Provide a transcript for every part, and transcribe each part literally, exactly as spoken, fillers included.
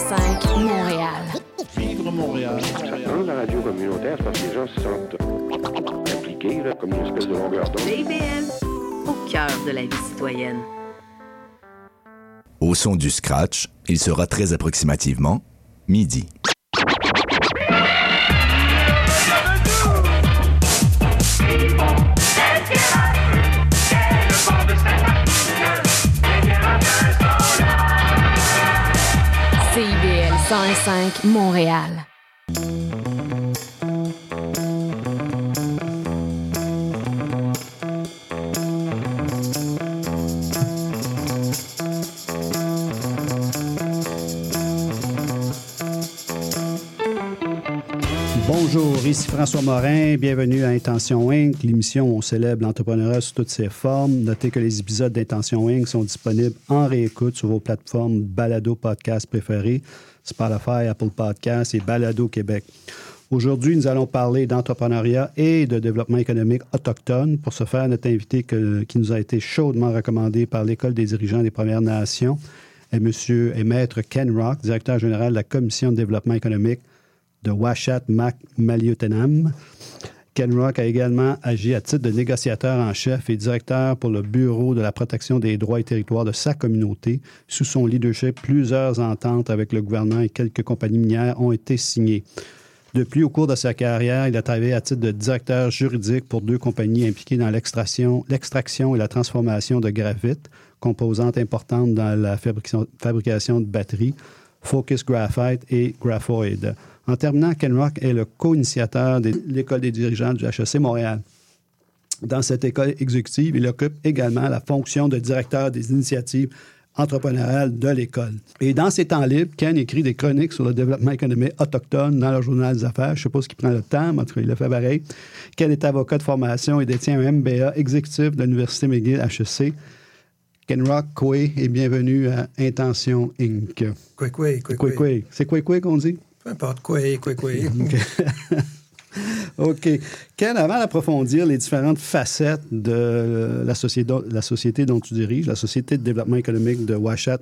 cinq Montréal. Vivre Montréal. Dans la radio communautaire, c'est parce que les gens se sentent impliqués, là, comme une espèce de longueur d'onde. C B L, au cœur de la vie citoyenne. Au son du scratch, il sera très approximativement midi. C I B L cent cinq Montréal. Bonjour, ici François Morin. Bienvenue à Intention Incorporée, l'émission où on célèbre l'entrepreneuriat sous toutes ses formes. Notez que les épisodes d'Intention Incorporée sont disponibles en réécoute sur vos plateformes balado podcast préférées, Spotify, Apple Podcasts et Balado Québec. Aujourd'hui, nous allons parler d'entrepreneuriat et de développement économique autochtone. Pour ce faire, notre invité que, qui nous a été chaudement recommandé par l'École des dirigeants des Premières Nations est Monsieur et Maître Ken Rock, directeur général de la Commission de développement économique de Ouashat-Mac-Maliotenam. Ken Rock a également agi à titre de négociateur en chef et directeur pour le Bureau de la protection des droits et territoires de sa communauté. Sous son leadership, plusieurs ententes avec le gouvernement et quelques compagnies minières ont été signées. Depuis, au cours de sa carrière, il a travaillé à titre de directeur juridique pour deux compagnies impliquées dans l'extraction, l'extraction et la transformation de graphite, composante importante dans la fabrication, fabrication de batteries, Focus Graphite et Graphoid. En terminant, Ken Rock est le co-initiateur de l'École des dirigeants du H E C Montréal. Dans cette école exécutive, il occupe également la fonction de directeur des initiatives entrepreneuriales de l'école. Et dans ses temps libres, Ken écrit des chroniques sur le développement économique autochtone dans le Journal des Affaires. Je ne sais pas ce qui prend le temps, mais en tout cas, il le fait pareil. Ken est avocat de formation et détient un M B A exécutif de l'Université McGill H E C. Ken Rock, Kwe, et bienvenue à Intention Incorporée. Kwe, Kwe, Kwe, Kwe, Kwe. C'est Kwe, Kwe qu'on dit? Peu importe, Kwe, Kwe, Kwe. OK. Ken, avant d'approfondir les différentes facettes de la société, la société dont tu diriges, la Société de développement économique de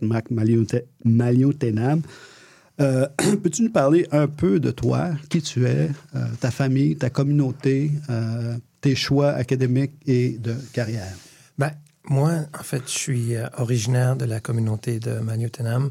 Ouashat-Mac-Maliotenam, euh, peux-tu nous parler un peu de toi, qui tu es, euh, ta famille, ta communauté, euh, tes choix académiques et de carrière? Bien, moi, en fait, je suis originaire de la communauté de Maliotenam.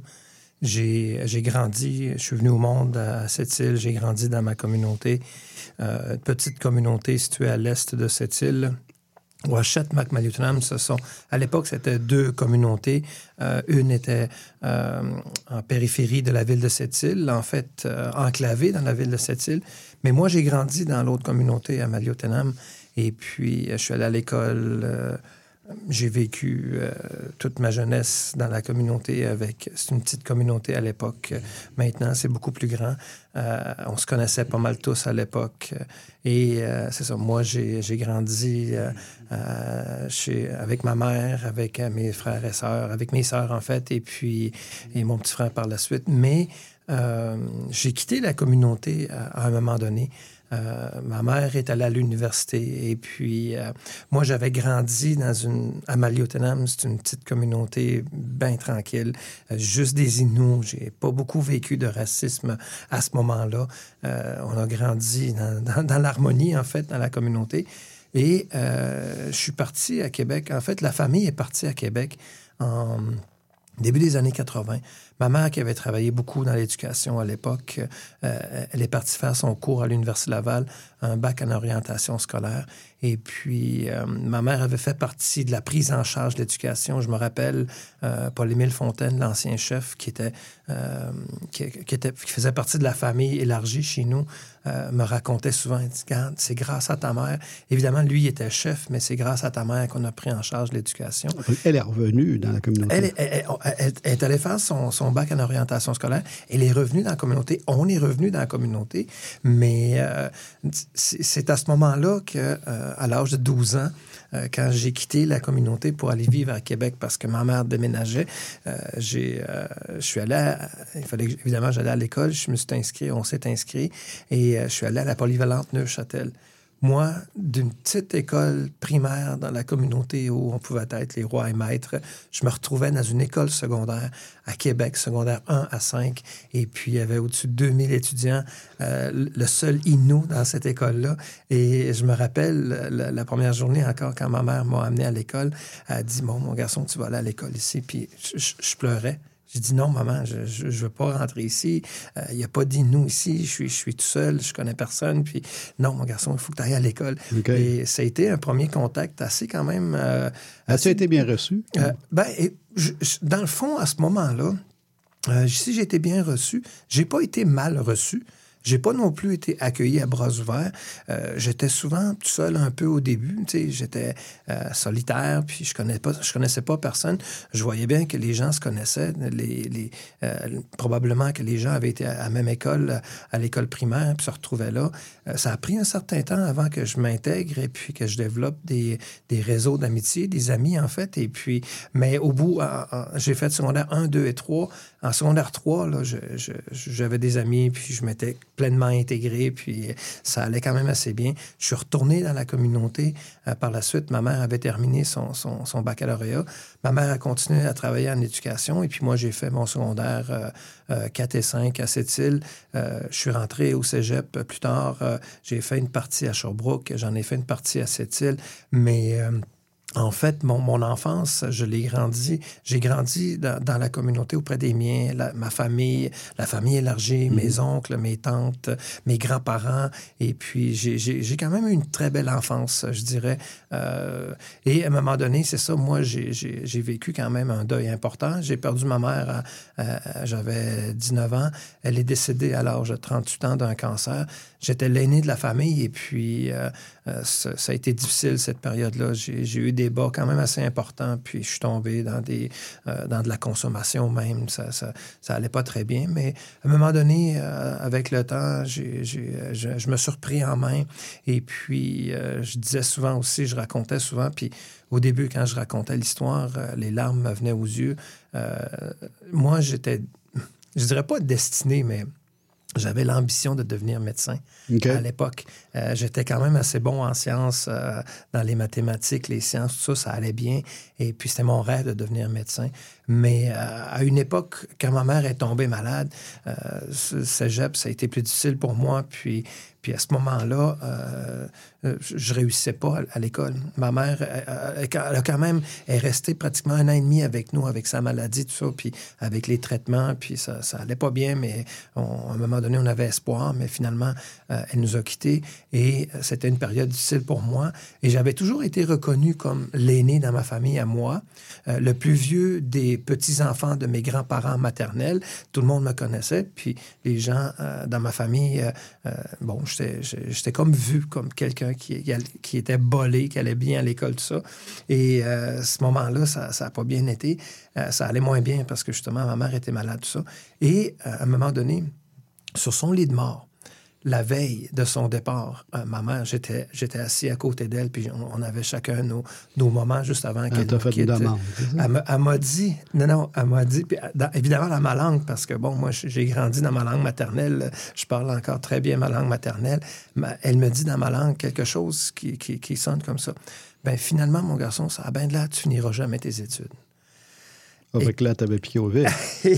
J'ai, j'ai grandi, je suis venu au monde à cette île, j'ai grandi dans ma communauté, euh, une petite communauté située à l'est de cette île. Ouashat-Mac-Maliotenam, ce sont, à l'époque, c'était deux communautés. Euh, une était euh, en périphérie de la ville de cette île, en fait, euh, enclavée dans la ville de cette île. Mais moi, j'ai grandi dans l'autre communauté, à Maliotenam, et puis je suis allé à l'école. Euh, J'ai vécu euh, toute ma jeunesse dans la communauté avec... C'est une petite communauté à l'époque. Maintenant, c'est beaucoup plus grand. Euh, on se connaissait pas mal tous à l'époque. Et euh, c'est ça, moi, j'ai, j'ai grandi euh, euh, chez, avec ma mère, avec euh, mes frères et sœurs, avec mes sœurs, en fait, et puis et mon petit frère par la suite. Mais euh, j'ai quitté la communauté à, à un moment donné. Euh, ma mère est allée à l'université et puis euh, moi, j'avais grandi dans une... à Maliotenam, c'est une petite communauté bien tranquille, euh, juste des Inuits. J'ai pas beaucoup vécu de racisme à ce moment-là. Euh, on a grandi dans, dans, dans l'harmonie, en fait, dans la communauté. Et euh, je suis parti à Québec. En fait, la famille est partie à Québec en début des années quatre-vingt. Ma mère, qui avait travaillé beaucoup dans l'éducation à l'époque, euh, elle est partie faire son cours à l'Université Laval, un bac en orientation scolaire. Et puis, euh, ma mère avait fait partie de la prise en charge de l'éducation. Je me rappelle, euh, Paul-Émile Fontaine, l'ancien chef, qui était, euh, qui, qui, était, qui faisait partie de la famille élargie chez nous, euh, me racontait souvent, il dit, regarde, c'est grâce à ta mère. Évidemment, lui, il était chef, mais c'est grâce à ta mère qu'on a pris en charge l'éducation. Elle est revenue dans la communauté. Elle, elle, elle, elle, elle est allée faire son, son bac en orientation scolaire. Elle est revenue dans la communauté. On est revenu dans la communauté. Mais euh, c'est, c'est à ce moment-là que, euh, à l'âge de douze ans, euh, quand j'ai quitté la communauté pour aller vivre à Québec parce que ma mère déménageait, euh, j'ai, euh, je suis allé, à, il fallait que, évidemment, j'allais à l'école, je me suis inscrit, on s'est inscrit, et euh, je suis allé à la polyvalente Neuchâtel. Moi, d'une petite école primaire dans la communauté où on pouvait être les rois et maîtres, je me retrouvais dans une école secondaire à Québec, secondaire un à cinq, et puis il y avait au-dessus de deux mille étudiants, euh, le seul Innu dans cette école-là. Et je me rappelle, la, la première journée encore, quand ma mère m'a amené à l'école, elle a dit « Bon, mon garçon, tu vas aller à l'école ici. » Puis je, je, je pleurais. J'ai dit non, maman, je ne veux pas rentrer ici. Il euh, n'y a pas d'Innu ici. Je suis, je suis tout seul, je connais personne. Puis non, mon garçon, il faut que tu ailles à l'école. Okay. Et ça a été un premier contact assez quand même... Euh, As-tu assez... été bien reçu? Euh, ben, et, je, je, dans le fond, à ce moment-là, euh, si j'ai été bien reçu, j'ai pas été mal reçu. J'ai pas non plus été accueilli à bras ouverts. Euh, j'étais souvent tout seul un peu au début. Tu sais, j'étais euh, solitaire, puis je connaissais pas, je connaissais pas personne. Je voyais bien que les gens se connaissaient. Les, les, euh, probablement que les gens avaient été à la même école, à l'école primaire, puis se retrouvaient là. Euh, ça a pris un certain temps avant que je m'intègre et puis que je développe des, des réseaux d'amitié, des amis, en fait. Et puis, mais au bout, en, en, j'ai fait secondaire un, deux et trois. En secondaire trois, là, je, je, j'avais des amis, puis je m'étais pleinement intégré, puis ça allait quand même assez bien. Je suis retourné dans la communauté. Euh, par la suite, ma mère avait terminé son, son, son baccalauréat. Ma mère a continué à travailler en éducation, et puis moi, j'ai fait mon secondaire euh, euh, quatre et cinq à Sept-Îles. Euh, je suis rentré au cégep plus tard. Euh, j'ai fait une partie à Sherbrooke, j'en ai fait une partie à Sept-Îles, mais... Euh, En fait, mon, mon enfance, je l'ai grandi. J'ai grandi dans, dans la communauté auprès des miens, la, ma famille, la famille élargie, mmh. mes oncles, mes tantes, mes grands-parents. Et puis, j'ai, j'ai, j'ai quand même eu une très belle enfance, je dirais. Euh, et à un moment donné, c'est ça, moi, j'ai, j'ai, j'ai vécu quand même un deuil important. J'ai perdu ma mère, à, à, à, j'avais dix-neuf ans. Elle est décédée à l'âge de trente-huit ans d'un cancer. J'étais l'aîné de la famille et puis euh, euh, ça, ça a été difficile, cette période-là. J'ai, j'ai eu des bas quand même assez importants, puis je suis tombé dans, des, euh, dans de la consommation même. Ça, ça, ça allait pas très bien, mais à un moment donné, euh, avec le temps, j'ai, j'ai, je, je me suis repris en main. Et puis, euh, je disais souvent aussi, je racontais souvent, puis au début, quand je racontais l'histoire, euh, les larmes me venaient aux yeux. Euh, moi, j'étais, je dirais pas destiné, mais... J'avais l'ambition de devenir médecin okay. à l'époque. Euh, j'étais quand même assez bon en sciences, euh, dans les mathématiques, les sciences, tout ça, ça allait bien. Et puis, c'était mon rêve de devenir médecin. Mais euh, à une époque, quand ma mère est tombée malade, euh, ce cégep, ça a été plus difficile pour moi. Puis, puis à ce moment-là, euh, je ne réussissais pas à, à l'école. Ma mère, elle, elle a quand même, elle est restée pratiquement un an et demi avec nous, avec sa maladie, tout ça, puis avec les traitements, puis ça, ça allait pas bien, mais on, à un moment donné, on avait espoir, mais finalement, euh, elle nous a quittés et c'était une période difficile pour moi. Et j'avais toujours été reconnu comme l'aîné dans ma famille à moi, euh, le plus vieux des petits-enfants de mes grands-parents maternels. Tout le monde me connaissait, puis les gens euh, dans ma famille, euh, euh, bon, j'étais, j'étais comme vu comme quelqu'un qui, qui était bolé, qui allait bien à l'école, tout ça. Et euh, à ce moment-là, ça n'a pas bien été. Euh, ça allait moins bien parce que, justement, ma mère était malade, tout ça. Et euh, à un moment donné, sur son lit de mort, la veille de son départ, euh, ma mère, j'étais, j'étais assis à côté d'elle, puis on, on avait chacun nos, nos moments juste avant qu'elle nous quitte. Elle m'a, elle m'a dit, non, non, elle m'a dit, puis, dans, évidemment dans ma langue, parce que, bon, moi, j'ai grandi dans ma langue maternelle, je parle encore très bien ma langue maternelle, mais elle me dit dans ma langue quelque chose qui, qui, qui sonne comme ça. Ben finalement, mon garçon, ça a bien de là, tu finiras jamais tes études. Avec là, t'avais piqué au vif.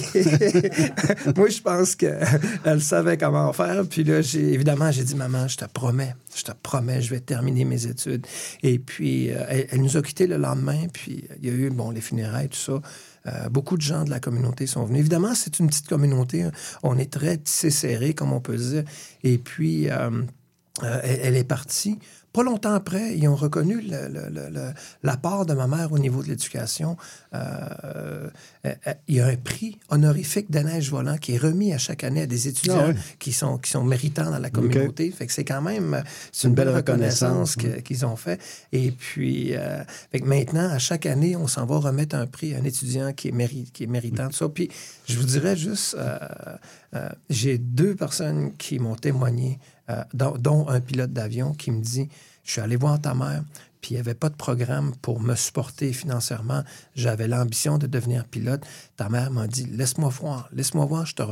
Moi, je pense qu'elle savait comment faire. Puis là, j'ai, évidemment, j'ai dit, maman, je te promets, je te promets, je vais terminer mes études. Et puis, euh, elle, elle nous a quittés le lendemain. Puis, il y a eu, bon, les funérailles, tout ça. Euh, beaucoup de gens de la communauté sont venus. Évidemment, c'est une petite communauté. On est très tissé serré, comme on peut dire. Et puis, euh, euh, elle, elle est partie. Pas longtemps après, ils ont reconnu le, le, le, le, l'apport de ma mère au niveau de l'éducation. Euh, euh, il y a un prix honorifique de neige volant qui est remis à chaque année à des étudiants ah oui. qui, sont, qui sont méritants dans la communauté. Okay. Fait que c'est quand même c'est une, une belle, belle reconnaissance, reconnaissance que, oui. qu'ils ont fait. Et puis, euh, fait que maintenant, à chaque année, on s'en va remettre un prix à un étudiant qui est, méri- qui est méritant de ça. Puis, je vous dirais juste, euh, euh, j'ai deux personnes qui m'ont témoigné, Euh, dont, dont un pilote d'avion qui me dit « Je suis allé voir ta mère, puis il n'y avait pas de programme pour me supporter financièrement. J'avais l'ambition de devenir pilote. Ta mère m'a dit « Laisse-moi voir, laisse-moi voir, je te reviens. »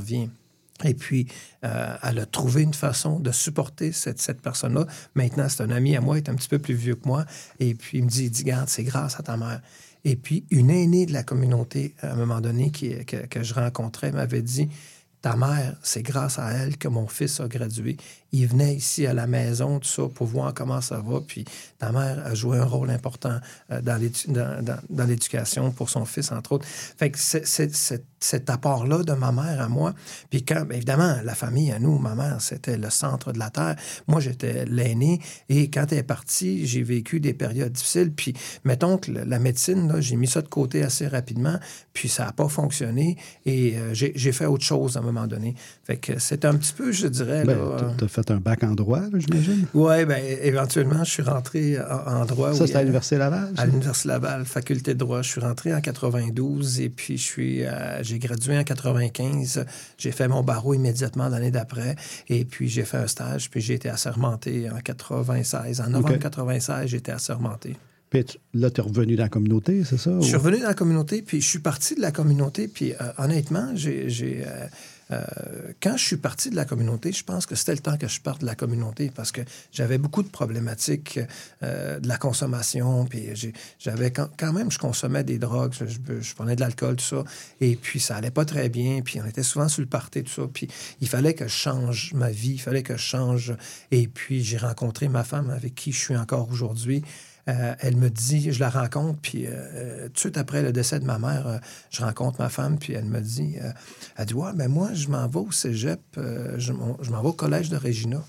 Et puis, euh, elle a trouvé une façon de supporter cette, cette personne-là. Maintenant, c'est un ami à moi, il est un petit peu plus vieux que moi. Et puis, il me dit, il dit, regarde, c'est grâce à ta mère. Et puis, une aînée de la communauté, à un moment donné, qui, que, que je rencontrais, m'avait dit, ta mère, c'est grâce à elle que mon fils a gradué. Il venait ici à la maison, tout ça, pour voir comment ça va. Puis ta mère a joué un rôle important euh, dans, l'édu- dans, dans, dans l'éducation pour son fils, entre autres. Fait que c'est, c'est, c'est, cet apport-là de ma mère à moi. Puis quand, bien évidemment, la famille à nous, ma mère, c'était le centre de la terre. Moi, j'étais l'aîné. Et quand elle est partie, j'ai vécu des périodes difficiles. Puis, mettons que la médecine, là, j'ai mis ça de côté assez rapidement. Puis ça n'a pas fonctionné. Et euh, j'ai, j'ai fait autre chose à un moment donné. Fait que c'était un petit peu, je dirais... Ben, là, tu as fait un bac en droit, là, j'imagine? Oui, bien, éventuellement, je suis rentré en, en droit. Ça, oui, c'était à l'Université Laval? À l'Université Laval, faculté de droit. Je suis rentré en quatre-vingt-douze et puis je suis, euh, j'ai gradué en quatre-vingt-quinze. J'ai fait mon barreau immédiatement l'année d'après. Et puis, j'ai fait un stage, puis j'ai été assermenté en quatre-vingt-seize. En novembre Okay. quatre-vingt-seize, j'ai été assermenté. Puis tu- là, tu es revenu dans la communauté, c'est ça? Je suis ou- revenu dans la communauté, puis je suis parti de la communauté, puis euh, honnêtement, j'ai... j'ai euh, euh, quand je suis parti de la communauté, je pense que c'était le temps que je parte de la communauté parce que j'avais beaucoup de problématiques euh, de la consommation, puis j'ai, j'avais quand, quand même, je consommais des drogues, je, je, je prenais de l'alcool, tout ça, et puis ça allait pas très bien, puis on était souvent sur le party, tout ça, puis il fallait que je change ma vie, il fallait que je change, et puis j'ai rencontré ma femme avec qui je suis encore aujourd'hui. Euh, elle me dit, je la rencontre, puis euh, tout de suite après le décès de ma mère, euh, je rencontre ma femme, puis elle me dit, euh, elle dit, ouais, ben moi, je m'en vais au cégep, euh, je, m'en- je m'en vais au collège de Regina.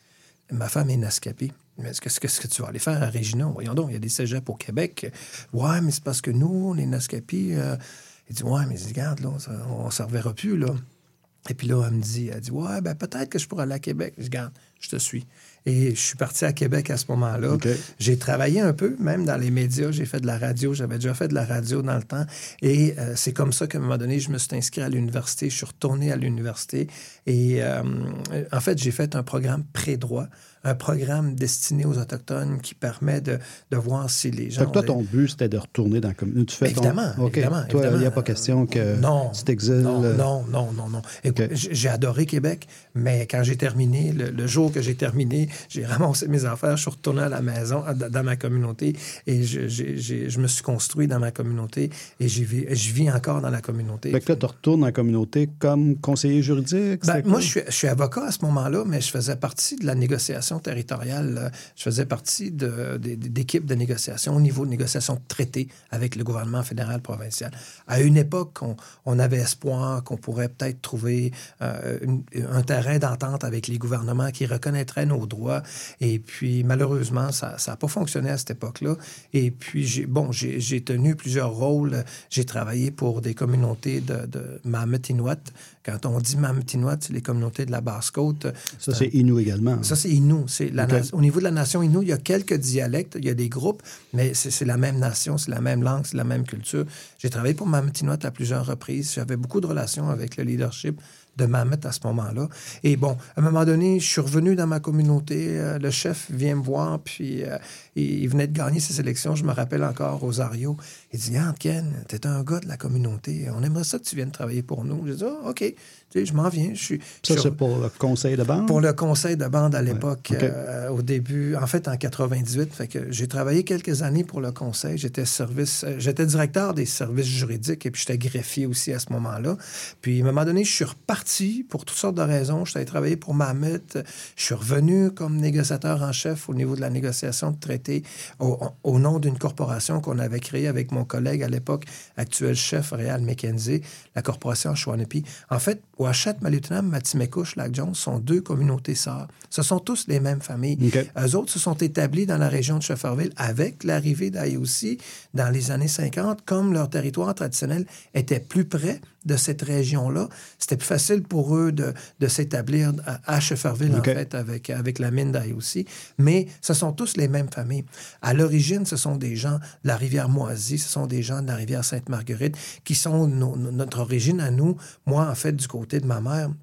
Ma femme est Nascapie. Mais qu'est-ce que, qu'est-ce que tu vas aller faire à Regina? Voyons donc, il y a des cégeps au Québec. Ouais, mais c'est parce que nous, les Nascapie, euh... il dit, ouais, mais regarde, là, ça, on ne s'en reverra plus, là. Et puis là, elle me dit, elle dit, ouais, ben peut-être que je pourrais aller à Québec. Je dis, regarde, je te suis. Et je suis parti à Québec à ce moment-là. Okay. J'ai travaillé un peu, même dans les médias. J'ai fait de la radio. J'avais déjà fait de la radio dans le temps. Et euh, c'est comme ça qu'à un moment donné, je me suis inscrit à l'université. Je suis retourné à l'université. Et euh, en fait, j'ai fait un programme pré-droit, un programme destiné aux Autochtones qui permet de, de voir si les gens... Fait que toi, ton but, c'était de retourner dans la communauté. Tu fais Évidemment, ton... OK. évidemment. Toi, il évidemment. n'y a pas question que non, tu t'exiles. Non, non, non, non, non. Écoute, Okay. j'ai adoré Québec, mais quand j'ai terminé, le, le jour que j'ai terminé, j'ai ramassé mes affaires, je suis retourné à la maison, à, dans ma communauté, et je, j'ai, j'ai, je me suis construit dans ma communauté, et j'y vis, je vis encore dans la communauté. Fait que là, tu retournes dans la communauté comme conseiller juridique? Ben, c'est moi, quoi? je suis, je suis avocat à ce moment-là, mais je faisais partie de la négociation territoriale. Je faisais partie de, de, d'équipes de négociation au niveau de négociation de traités avec le gouvernement fédéral provincial. À une époque, on, on avait espoir qu'on pourrait peut-être trouver euh, une, un terrain d'entente avec les gouvernements qui reconnaîtraient nos droits. Et puis, malheureusement, ça n'a pas fonctionné à cette époque-là. Et puis, j'ai, bon, j'ai, j'ai tenu plusieurs rôles. J'ai travaillé pour des communautés de, de Mamet-Inuit. Quand on dit Mamet-Inuit, c'est les communautés de la Basse-Côte. Ça, c'est Innu également. Ça, c'est Innu. C'est la Okay. na- Au niveau de la nation Innu, il y a quelques dialectes, il y a des groupes, mais c'est, c'est la même nation, c'est la même langue, c'est la même culture. J'ai travaillé pour Mamet-Inuit à plusieurs reprises. J'avais beaucoup de relations avec le leadership de Mamet à ce moment-là. Et bon, à un moment donné, je suis revenu dans ma communauté. Euh, le chef vient me voir, puis euh, il, il venait de gagner ses élections. Je me rappelle encore, Rosario. Il dit, « Regarde, Ken, t'es un gars de la communauté. On aimerait ça que tu viennes travailler pour nous. » J'ai dit, « Ah, OK. » Tu sais, je m'en viens. Je suis, Ça, je- c'est pour le conseil de bande? pour le conseil de bande à l'époque, OK. euh, au début, en fait, en quatre-vingt-dix-huit. Fait que j'ai travaillé quelques années pour le conseil. J'étais service, euh, j'étais directeur des services juridiques et puis j'étais greffier aussi à ce moment-là. Puis, à un moment donné, je suis reparti pour toutes sortes de raisons. J'étais travaillé pour Mamet. Je suis revenu comme négociateur en chef au niveau de la négociation de traités au, au nom d'une corporation qu'on avait créée avec mon collègue à l'époque, actuel chef Réal McKenzie, la corporation Shawanapi. En fait, Ouachet, Malutnam, Matimekouche, Lac-Jones sont deux communautés sœurs. Ce sont tous les mêmes familles. OK. Eux autres se sont établis dans la région de Shefferville avec l'arrivée d'I O C dans les années cinquante. Comme leur territoire traditionnel était plus près de cette région-là, c'était plus facile pour eux de, de s'établir à, à Shefferville, OK. en fait, avec, avec la mine d'I O C. Mais ce sont tous les mêmes familles. À l'origine, ce sont des gens de la rivière Moisy, ce sont des gens de la rivière Sainte-Marguerite qui sont no- no- notre origine à nous. Moi, en fait, du côté de ma mère,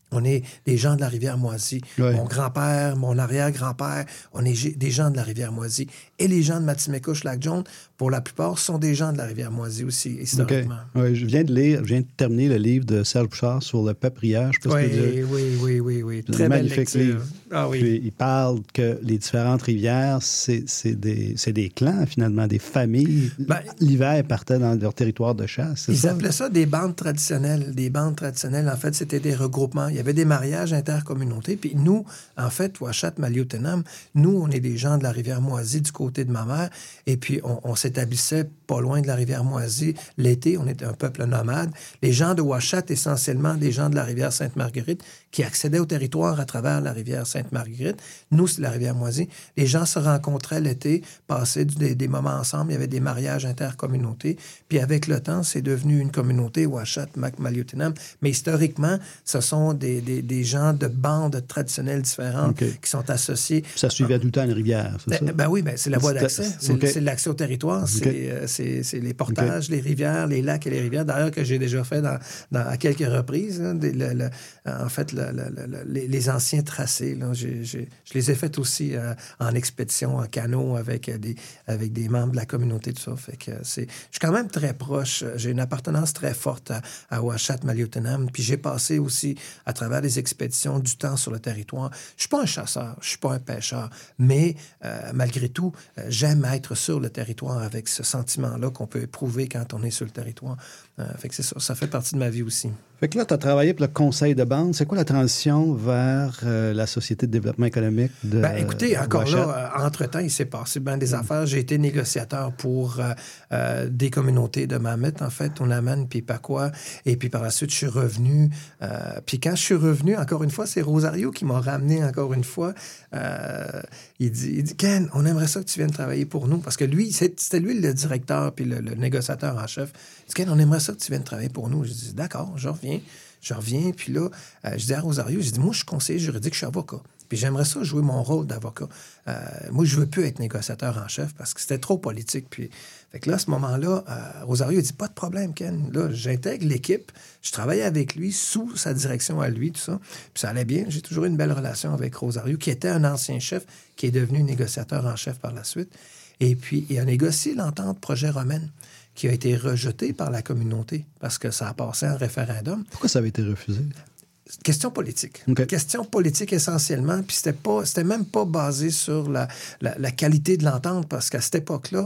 On est des gens de la Rivière-Moisie. Oui. Mon grand-père, mon arrière-grand-père, on est g- des gens de la Rivière-Moisie. Et les gens de Matimekouche-Lac-Jaune, pour la plupart, sont des gens de la Rivière-Moisie aussi, historiquement. Okay. Oui, je viens de lire, je viens de terminer le livre de Serge Bouchard sur le peuple rieur. Je sais pas Oui, si tu peux dire. oui, oui, oui, oui. C'est Très un belle magnifique lecture. livre. Ah oui. Puis, il parle que les différentes rivières, c'est, c'est, des, c'est des clans, finalement, des familles. Ben, L'hiver, ils partaient dans leur territoire de chasse. C'est Ils ça? appelaient ça des bandes traditionnelles. Des bandes traditionnelles, en fait, c'était des regroupements. Il y avait des mariages intercommunautés. Puis nous, en fait, Ouachat, Maliotenam, nous, on est des gens de la Rivière-Moisie du côté de ma mère. Et puis, on, on s'établissait pas loin de la Rivière-Moisie. L'été, on était un peuple nomade. Les gens de Ouachat, essentiellement des gens de la rivière Sainte-Marguerite, qui accédaient au territoire à travers la rivière Sainte-Marguerite. Nous, c'est la Rivière-Moisie. Les gens se rencontraient l'été, passaient des, des moments ensemble. Il y avait des mariages intercommunautés. Puis avec le temps, c'est devenu une communauté, Ouachat, Mac, Maliotenam. Mais historiquement, ce sont des, des, des gens de bandes traditionnelles différentes Okay. qui sont associés. Ça suivait tout le temps une rivière, c'est Ben, ça? ben oui, ben c'est la voie C'est- d'accès. C'est, OK. c'est l'accès au territoire. C'est, OK. euh, c'est, c'est les portages, les rivières, les lacs et les rivières. D'ailleurs, que j'ai déjà fait dans, dans- à quelques reprises. Hein, des- le- le- en fait, le- le- le- le- les, les anciens tracés, là, j'ai, j'ai- je les ai faits aussi euh, en expédition, en canot, avec, euh, des, avec des membres de la communauté, tout ça. Fait que c'est, je suis quand même très proche. J'ai une appartenance très forte à, à Ouachat, Maliotenam. Puis j'ai passé aussi, à travers des expéditions, du temps sur le territoire. Je suis pas un chasseur, je suis pas un pêcheur, mais euh, malgré tout, euh, j'aime être sur le territoire avec ce sentiment-là qu'on peut éprouver quand on est sur le territoire. Euh, fait que c'est ça, ça fait partie de ma vie aussi. Fait que là, tu as travaillé pour le conseil de bande. C'est quoi la transition vers euh, la Société de développement économique de Ben, écoutez, euh, encore Ouachat? là, euh, entre-temps, il s'est passé bien des affaires. J'ai été négociateur pour euh, euh, des communautés de Mammoth, en fait, Unaman puis Pacoua. Et puis par la suite, je suis revenu. Euh, puis quand je suis revenu, encore une fois, c'est Rosario qui m'a ramené encore une fois. Euh, il, dit, il dit, Ken, on aimerait ça que tu viennes travailler pour nous. Parce que lui, c'est- c'était lui le directeur puis le, le négociateur en chef. Il dit, Ken, on aimerait ça que tu viennes travailler pour nous. Je dis, d'accord, je reviens. Je reviens, puis là, euh, je dis à Rosario, je dis, moi, je suis conseiller juridique, je suis avocat. Puis j'aimerais ça jouer mon rôle d'avocat. Euh, moi, je veux plus être négociateur en chef parce que c'était trop politique. Puis, fait que là, à ce moment-là, euh, Rosario a dit, pas de problème, Ken. Là, j'intègre l'équipe. Je travaillais avec lui, sous sa direction à lui, tout ça. Puis ça allait bien. J'ai toujours eu une belle relation avec Rosario, qui était un ancien chef, qui est devenu négociateur en chef par la suite. Et puis, il a négocié l'entente projet romaine, qui a été rejetée par la communauté parce que ça a passé en référendum. Pourquoi ça avait été refusé? Question politique. OK. Question politique essentiellement, puis c'était pas, c'était même pas basé sur la, la, la qualité de l'entente, parce qu'à cette époque-là,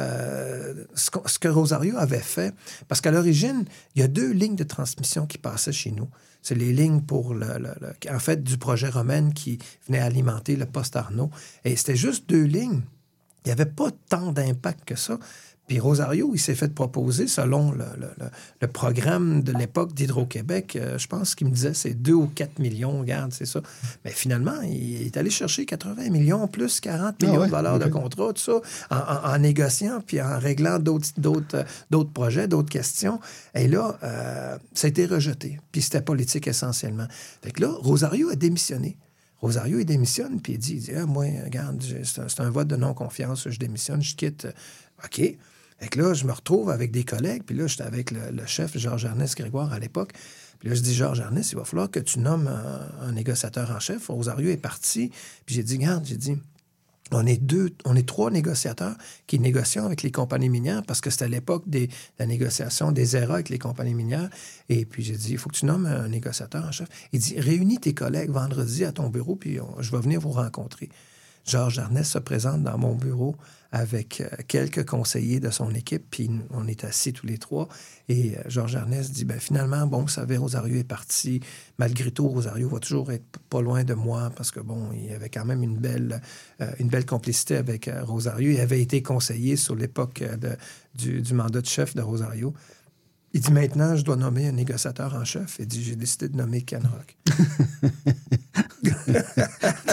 euh, ce, que, ce que Rosario avait fait, parce qu'à l'origine, il y a deux lignes de transmission qui passaient chez nous. C'est les lignes pour, le, le, le en fait, du projet Romaine qui venait alimenter le poste Arnaud. Et c'était juste deux lignes. Il n'y avait pas tant d'impact que ça. Puis Rosario, il s'est fait proposer, selon le, le, le, le programme de l'époque d'Hydro-Québec, euh, je pense qu'il me disait c'est deux ou quatre millions, regarde, c'est ça. Mais finalement, il est allé chercher quatre-vingts millions, plus quarante millions ah ouais? de valeur okay. de contrat, tout ça, en, en, en négociant, puis en réglant d'autres, d'autres, d'autres projets, d'autres questions. Et là, euh, ça a été rejeté. Puis c'était politique essentiellement. Fait que là, Rosario a démissionné. Rosario, il démissionne, puis il dit, il dit ah, moi, regarde, c'est un, c'est un vote de non-confiance, je démissionne, je quitte. OK. Fait que là, je me retrouve avec des collègues, puis là, j'étais avec le, le chef Georges Ernest Grégoire à l'époque. Puis là, je dis, Georges Ernest, il va falloir que tu nommes un, un négociateur en chef. Rosario est parti. Puis j'ai dit, regarde, j'ai dit, on est deux, on est trois négociateurs qui négocions avec les compagnies minières parce que c'était l'époque des, de la négociation des E R A avec les compagnies minières. Et puis j'ai dit, il faut que tu nommes un négociateur en chef. Il dit, réunis tes collègues vendredi à ton bureau, puis on, je vais venir vous rencontrer. Georges Ernest se présente dans mon bureau avec euh, quelques conseillers de son équipe, puis on est assis tous les trois. Et euh, Georges Ernest dit, ben finalement, bon, vous savez, Rosario est parti. Malgré tout, Rosario va toujours être pas loin de moi parce que, bon, il y avait quand même une belle, euh, une belle complicité avec euh, Rosario. Il avait été conseiller sur l'époque euh, de, du, du mandat de chef de Rosario. Il dit, maintenant, je dois nommer un négociateur en chef. Il dit, j'ai décidé de nommer Ken Rock.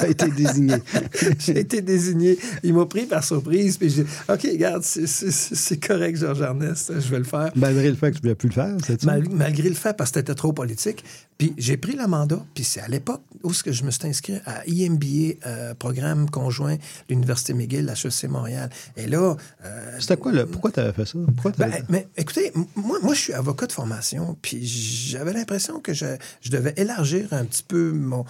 as été désigné. J'ai été désigné. Il m'a pris par surprise. Puis j'ai dit, OK, regarde, c'est, c'est, c'est correct, Georges-Ernest, je vais le faire. Malgré le fait que tu ne voulais plus le faire, c'est ça? Mal, malgré le fait, parce que c'était trop politique. Puis j'ai pris le mandat. Puis c'est à l'époque où ce que je me suis inscrit à I M B A, euh, programme conjoint de l'Université McGill, H E C Montréal. Et là... Euh, c'était quoi, là? Pourquoi tu avais fait ça? Pourquoi ben, mais écoutez, moi, moi, je suis avocat de formation, puis j'avais l'impression que je, je devais élargir un petit peu mon,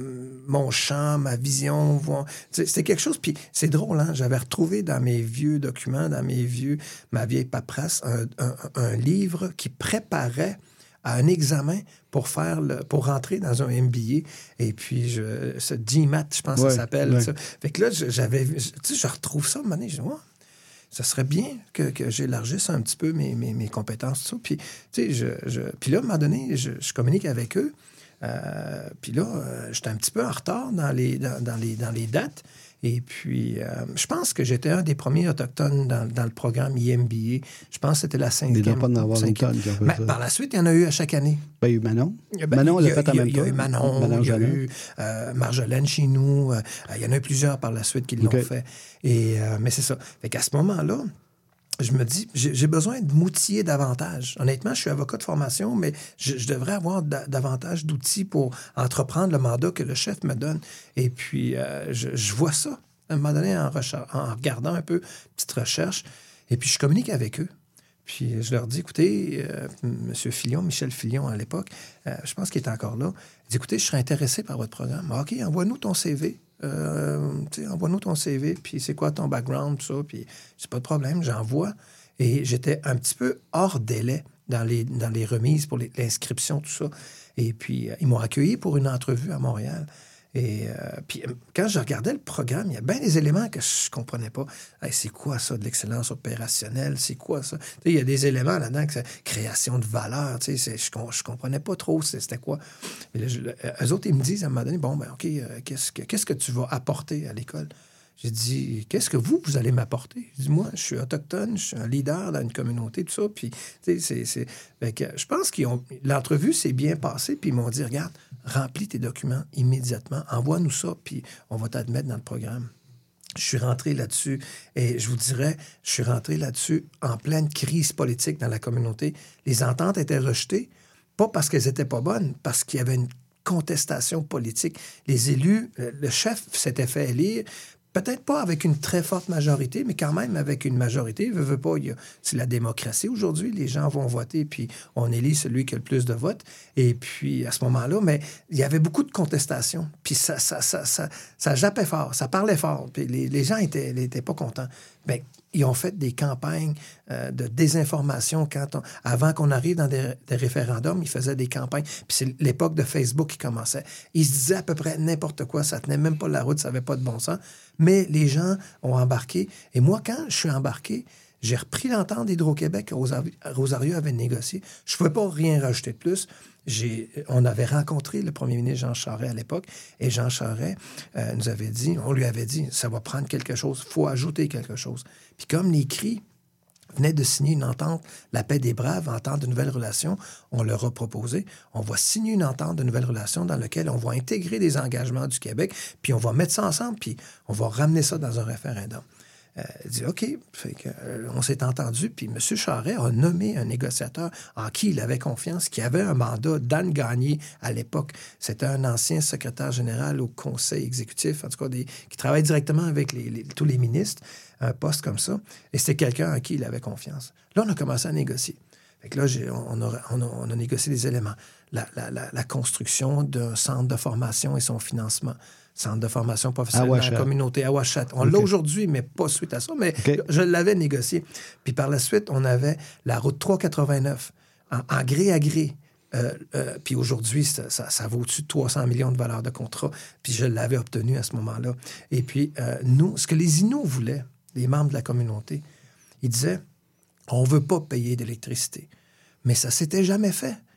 mon champ, ma vision. Voir. C'était quelque chose, puis c'est drôle, hein? J'avais retrouvé dans mes vieux documents, dans mes vieux, ma vieille paperasse, un, un, un livre qui préparait à un examen pour faire le, pour rentrer dans un M B A. Et puis, je, ce G M A T, je pense ouais, que ça s'appelle. Ouais. Ça. Fait que là, j'avais... Tu sais, je retrouve ça, à un moment donné, je dis, ouais, ça serait bien que, que j'élargisse un petit peu mes, mes, mes compétences, tout ça. Puis, tu sais, je, je, puis là, à un moment donné, je, je communique avec eux. Euh, puis là, euh, j'étais un petit peu en retard dans les, dans, dans les, dans les dates. Et puis, euh, je pense que j'étais un des premiers autochtones dans, dans le programme I M B A. Je pense que c'était la cinquième. Il ne doit pas en avoir longtemps. Mais par la suite, il y en a eu à chaque année. Ben, il y a eu Manon. Ben, Manon, il l'a fait en même temps. Il y a eu Manon, Manon il y a eu euh, Marjolaine chez nous. Euh, il y en a eu plusieurs par la suite qui l'ont okay. fait. Et, euh, mais c'est ça. Fait qu'à ce moment-là, je me dis, j'ai, j'ai besoin de m'outiller davantage. Honnêtement, je suis avocat de formation, mais je, je devrais avoir da- davantage d'outils pour entreprendre le mandat que le chef me donne. Et puis, euh, je, je vois ça, à un moment donné, en, recher- en regardant un peu, petite recherche. Et puis, je communique avec eux. Puis, je leur dis, écoutez, euh, M. Filion, Michel Filion à l'époque, euh, je pense qu'il est encore là. Il dit, écoutez, je serais intéressé par votre programme. Ah, OK, envoie-nous ton C V. Euh, envoie-nous ton C V, puis c'est quoi ton background, tout ça, puis c'est pas de problème, j'envoie. Et j'étais un petit peu hors délai dans les, dans les remises pour les, l'inscription, tout ça. Et puis, euh, ils m'ont accueilli pour une entrevue à Montréal. Et euh, puis, quand je regardais le programme, il y a bien des éléments que je comprenais pas. Hey, c'est quoi ça, de l'excellence opérationnelle? C'est quoi ça? Il y a des éléments là-dedans, que c'est création de valeur. C'est, je je comprenais pas trop c'était quoi. Et là, je, eux autres, ils me disent à un moment donné, bon, ben OK, euh, qu'est-ce, que, qu'est-ce que tu vas apporter à l'école? J'ai dit, qu'est-ce que vous, vous allez m'apporter? J'ai dit, moi, je suis autochtone, je suis un leader dans une communauté, tout ça. Puis, tu sais, c'est... c'est... Fait que, je pense que l'entrevue s'est bien passée, puis ils m'ont dit, regarde, remplis tes documents immédiatement, envoie-nous ça, puis on va t'admettre dans le programme. Je suis rentré là-dessus, et je vous dirais, je suis rentré là-dessus en pleine crise politique dans la communauté. Les ententes étaient rejetées, pas parce qu'elles étaient pas bonnes, parce qu'il y avait une contestation politique. Les élus, le chef s'était fait élire, peut-être pas avec une très forte majorité, mais quand même avec une majorité. Veut, veut pas, il y a, c'est la démocratie aujourd'hui. Les gens vont voter, puis on élit celui qui a le plus de votes. Et puis, à ce moment-là, mais il y avait beaucoup de contestations. Puis ça, ça, ça, ça, ça jappait fort, ça parlait fort. Puis les, les gens étaient, étaient pas contents. Bien, ils ont fait des campagnes euh, de désinformation quand on, avant qu'on arrive dans des, des référendums, ils faisaient des campagnes. Puis c'est l'époque de Facebook qui commençait. Ils se disaient à peu près n'importe quoi, ça tenait même pas la route, ça n'avait pas de bon sens. Mais les gens ont embarqué. Et moi, quand je suis embarqué, j'ai repris l'entente d'Hydro-Québec que Rosario avait négocié. Je ne pouvais pas rien rajouter de plus. J'ai, on avait rencontré le premier ministre Jean Charest à l'époque, et Jean Charest euh, nous avait dit, on lui avait dit, ça va prendre quelque chose, il faut ajouter quelque chose. Puis comme les cris venaient de signer une entente, la paix des braves, entente de nouvelles relations, on leur a proposé, on va signer une entente de nouvelles relations dans laquelle on va intégrer des engagements du Québec, puis on va mettre ça ensemble, puis on va ramener ça dans un référendum. Euh, il dit OK. Fait que, euh, on s'est entendu. Puis M. Charest a nommé un négociateur en qui il avait confiance, qui avait un mandat. Dan Gagné, à l'époque, c'était un ancien secrétaire général au conseil exécutif, en tout cas, des, qui travaille directement avec les, les, tous les ministres, un poste comme ça. Et c'était quelqu'un en qui il avait confiance. Là, on a commencé à négocier. Fait que là, j'ai, on, a, on, a, on a négocié des éléments. La, la, la, la construction d'un centre de formation et son financement. Centre de formation professionnelle dans la communauté à Ouachat. On okay. l'a aujourd'hui, mais pas suite à ça, mais okay. je l'avais négocié. Puis par la suite, on avait la route trois cent quatre-vingt-neuf en, en gré à gré. Euh, euh, puis aujourd'hui, ça, ça, ça vaut au-dessus de trois cents millions de valeur de contrat. Puis je l'avais obtenu à ce moment-là. Et puis, euh, nous, ce que les Inuits voulaient, les membres de la communauté, ils disaient, on ne veut pas payer d'électricité. Mais ça ne s'était jamais fait.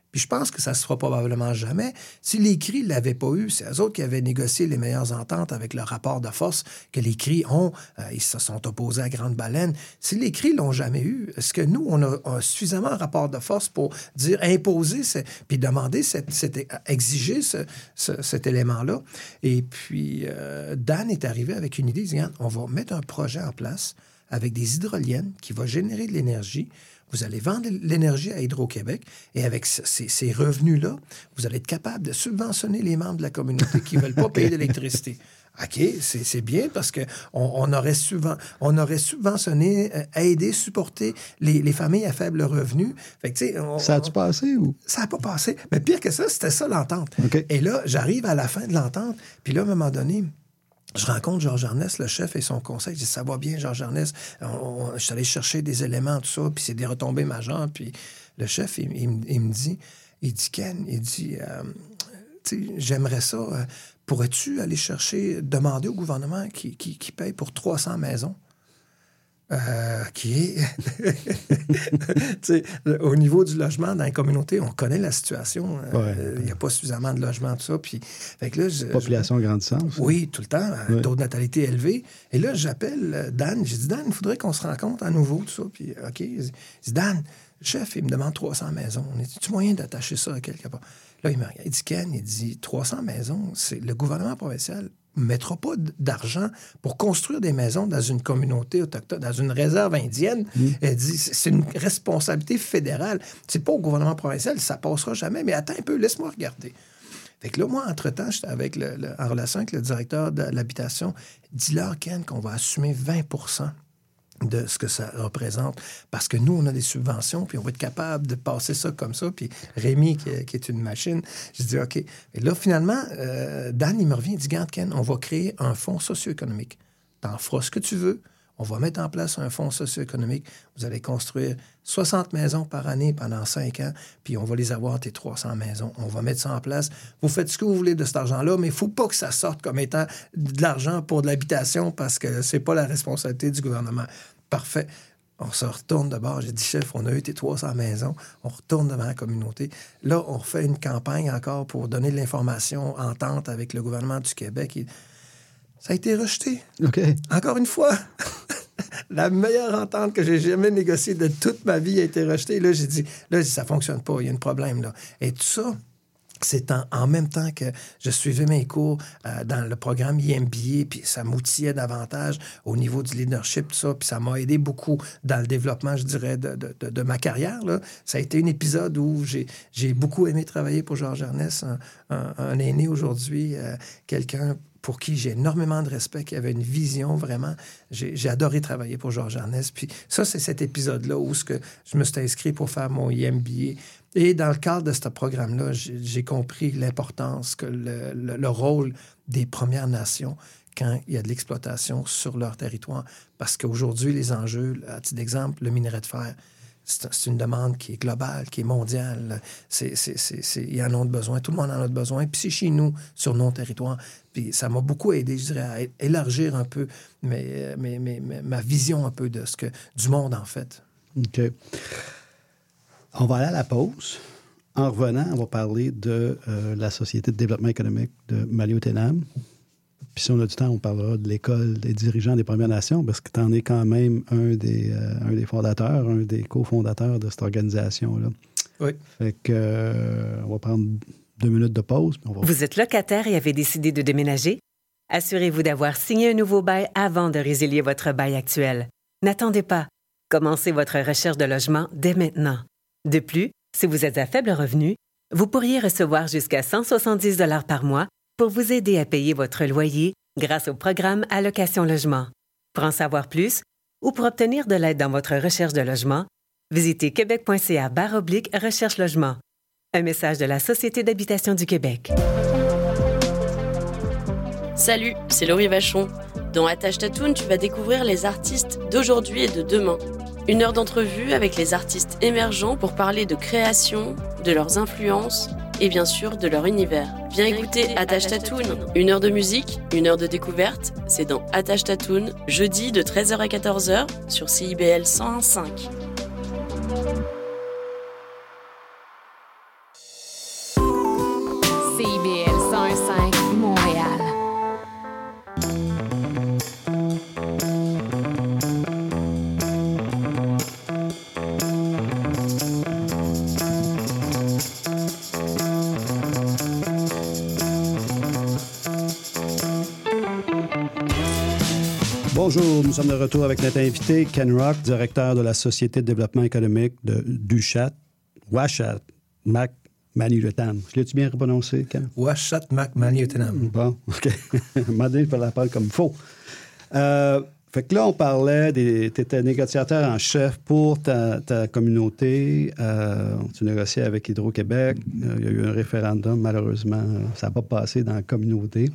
Puis je pense que ça se fera probablement jamais. Si les C R I ne l'avaient pas eu, c'est eux autres qui avaient négocié les meilleures ententes avec le rapport de force que les C R I ont. Euh, ils se sont opposés à Grande Baleine. Si les C R I ne l'ont jamais eu, est-ce que nous, on a, a suffisamment un rapport de force pour dire, imposer, ce, puis demander, cette, cette, exiger ce, ce, cet élément-là? Et puis, euh, Dan est arrivé avec une idée. Il dit, regarde, on va mettre un projet en place avec des hydroliennes qui va générer de l'énergie. Vous allez vendre l'énergie à Hydro-Québec et avec ces, ces revenus-là, vous allez être capable de subventionner les membres de la communauté qui ne veulent pas payer d'électricité. OK, c'est, c'est bien parce qu'on on aurait, subven, on aurait subventionné, euh, aidé, supporté les, les familles à faible revenu. Fait que, on, ça a-tu passé ou? Ça n'a pas passé. Mais pire que ça, c'était ça l'entente. Okay. Et là, j'arrive à la fin de l'entente, puis là, à un moment donné, je rencontre Georges Ernest, le chef, et son conseil. Je dis, ça va bien, Georges Ernest. On, on, je suis allé chercher des éléments, tout ça, puis c'est des retombées majeures. Puis le chef, il, il, il me dit, il dit, Ken, il dit, euh, tu sais, j'aimerais ça. Euh, pourrais-tu aller chercher, demander au gouvernement qui, qui, qui paye pour trois cents maisons? Euh, qui est... au niveau du logement dans les communautés, on connaît la situation. Il ouais. euh, n'y a pas suffisamment de logement, tout ça. Puis, fait que là, je, population je... grandissante. Oui, tout le temps. Ouais. Taux de natalité élevé. Et là, j'appelle Dan. J'ai dit, Dan, il faudrait qu'on se rencontre à nouveau, tout ça. Puis, OK. Il dit, Dan, le chef, il me demande trois cents maisons. On est-tu moyen d'attacher ça à quelque part? Là, il me regarde. Il dit, Ken, il dit, trois cents maisons, c'est le gouvernement provincial ne mettra pas d'argent pour construire des maisons dans une communauté autochtone, dans une réserve indienne. Mmh. Elle dit, c'est une responsabilité fédérale. C'est pas au gouvernement provincial, ça passera jamais. Mais attends un peu, laisse-moi regarder. Fait que là, moi, entre-temps, j'étais avec le, le, en relation avec le directeur de l'habitation. Dis-leur, Ken, qu'on va assumer vingt pour cent de ce que ça représente. Parce que nous, on a des subventions, puis on va être capable de passer ça comme ça. Puis Rémi, qui, qui est une machine, je dis OK. Et là, finalement, euh, Dan, il me revient, il dit, regarde, Ken, on va créer un fonds socio-économique. T'en feras ce que tu veux. On va mettre en place un fonds socio-économique. Vous allez construire soixante maisons par année pendant cinq ans, puis on va les avoir, tes trois cents maisons. On va mettre ça en place. Vous faites ce que vous voulez de cet argent-là, mais il ne faut pas que ça sorte comme étant de l'argent pour de l'habitation parce que ce n'est pas la responsabilité du gouvernement. Parfait. On se retourne de bord. J'ai dit, chef, on a eu tes trois cents maisons. On retourne devant la communauté. Là, on fait une campagne encore pour donner de l'information, entente avec le gouvernement du Québec. Et ça a été rejeté. OK. Encore une fois, la meilleure entente que j'ai jamais négociée de toute ma vie a été rejetée. Et là, j'ai dit, là, ça fonctionne pas. Il y a un problème, là. Et tout ça, c'est en, en même temps que je suivais mes cours euh, dans le programme I M B A, puis ça m'outillait davantage au niveau du leadership, tout ça, puis ça m'a aidé beaucoup dans le développement, je dirais, de, de, de, de ma carrière, là. Ça a été un épisode où j'ai, j'ai beaucoup aimé travailler pour Georges Ernest, un, un, un aîné aujourd'hui, euh, quelqu'un pour qui j'ai énormément de respect, qui avait une vision vraiment. J'ai, j'ai adoré travailler pour Georges Ernest. Puis ça, c'est cet épisode-là où ce que je me suis inscrit pour faire mon I M B A. Et dans le cadre de ce programme-là, j'ai, j'ai compris l'importance, que le, le, le rôle des Premières Nations quand il y a de l'exploitation sur leur territoire. Parce qu'aujourd'hui, les enjeux, à titre d'exemple, le minerai de fer, c'est, c'est une demande qui est globale, qui est mondiale. C'est, c'est, c'est, c'est, ils en ont besoin. Tout le monde en a besoin. Puis c'est chez nous, sur nos territoires. Puis ça m'a beaucoup aidé, je dirais, à élargir un peu mes, mes, mes, ma vision un peu de ce que, du monde, en fait. OK. On va aller à la pause. En revenant, on va parler de euh, la Société de développement économique de Maliotenam. Puis si on a du temps, on parlera de l'École des dirigeants des Premières Nations, parce que tu en es quand même un des, euh, un des fondateurs, un des cofondateurs de cette organisation-là. Oui. Fait que, euh, on va prendre deux minutes de pause. Puis on va... Vous êtes locataire et avez décidé de déménager? Assurez-vous d'avoir signé un nouveau bail avant de résilier votre bail actuel. N'attendez pas. Commencez votre recherche de logement dès maintenant. De plus, si vous êtes à faible revenu, vous pourriez recevoir jusqu'à cent soixante-dix dollars par mois pour vous aider à payer votre loyer grâce au programme Allocation Logement. Pour en savoir plus ou pour obtenir de l'aide dans votre recherche de logement, visitez québec.ca barre oblique recherche logement. Un message de la Société d'habitation du Québec. Salut, c'est Laurie Vachon. Dans Attache Tatoune, tu vas découvrir les artistes d'aujourd'hui et de demain. Une heure d'entrevue avec les artistes émergents pour parler de création, de leurs influences et bien sûr de leur univers. Viens écouter Attache Tatoune. Une heure de musique, une heure de découverte, c'est dans Attache Tatoune, jeudi de treize heures à quatorze heures sur C I B L cent un virgule cinq. Bonjour, nous sommes de retour avec notre invité, Ken Rock, directeur de la Société de développement économique de Duchat, Washat, Mac, Maniotenam. Je l'ai-tu bien prononcé, Ken? Washat, Mac, Maniotenam. Bon, OK. Maintenant, je peux la parler comme il faut. Euh, fait que là, on parlait, des, tu étais négociateur en chef pour ta, ta communauté. Euh, tu négociais avec Hydro-Québec. Euh, il y a eu un référendum, malheureusement, ça n'a pas passé dans la communauté.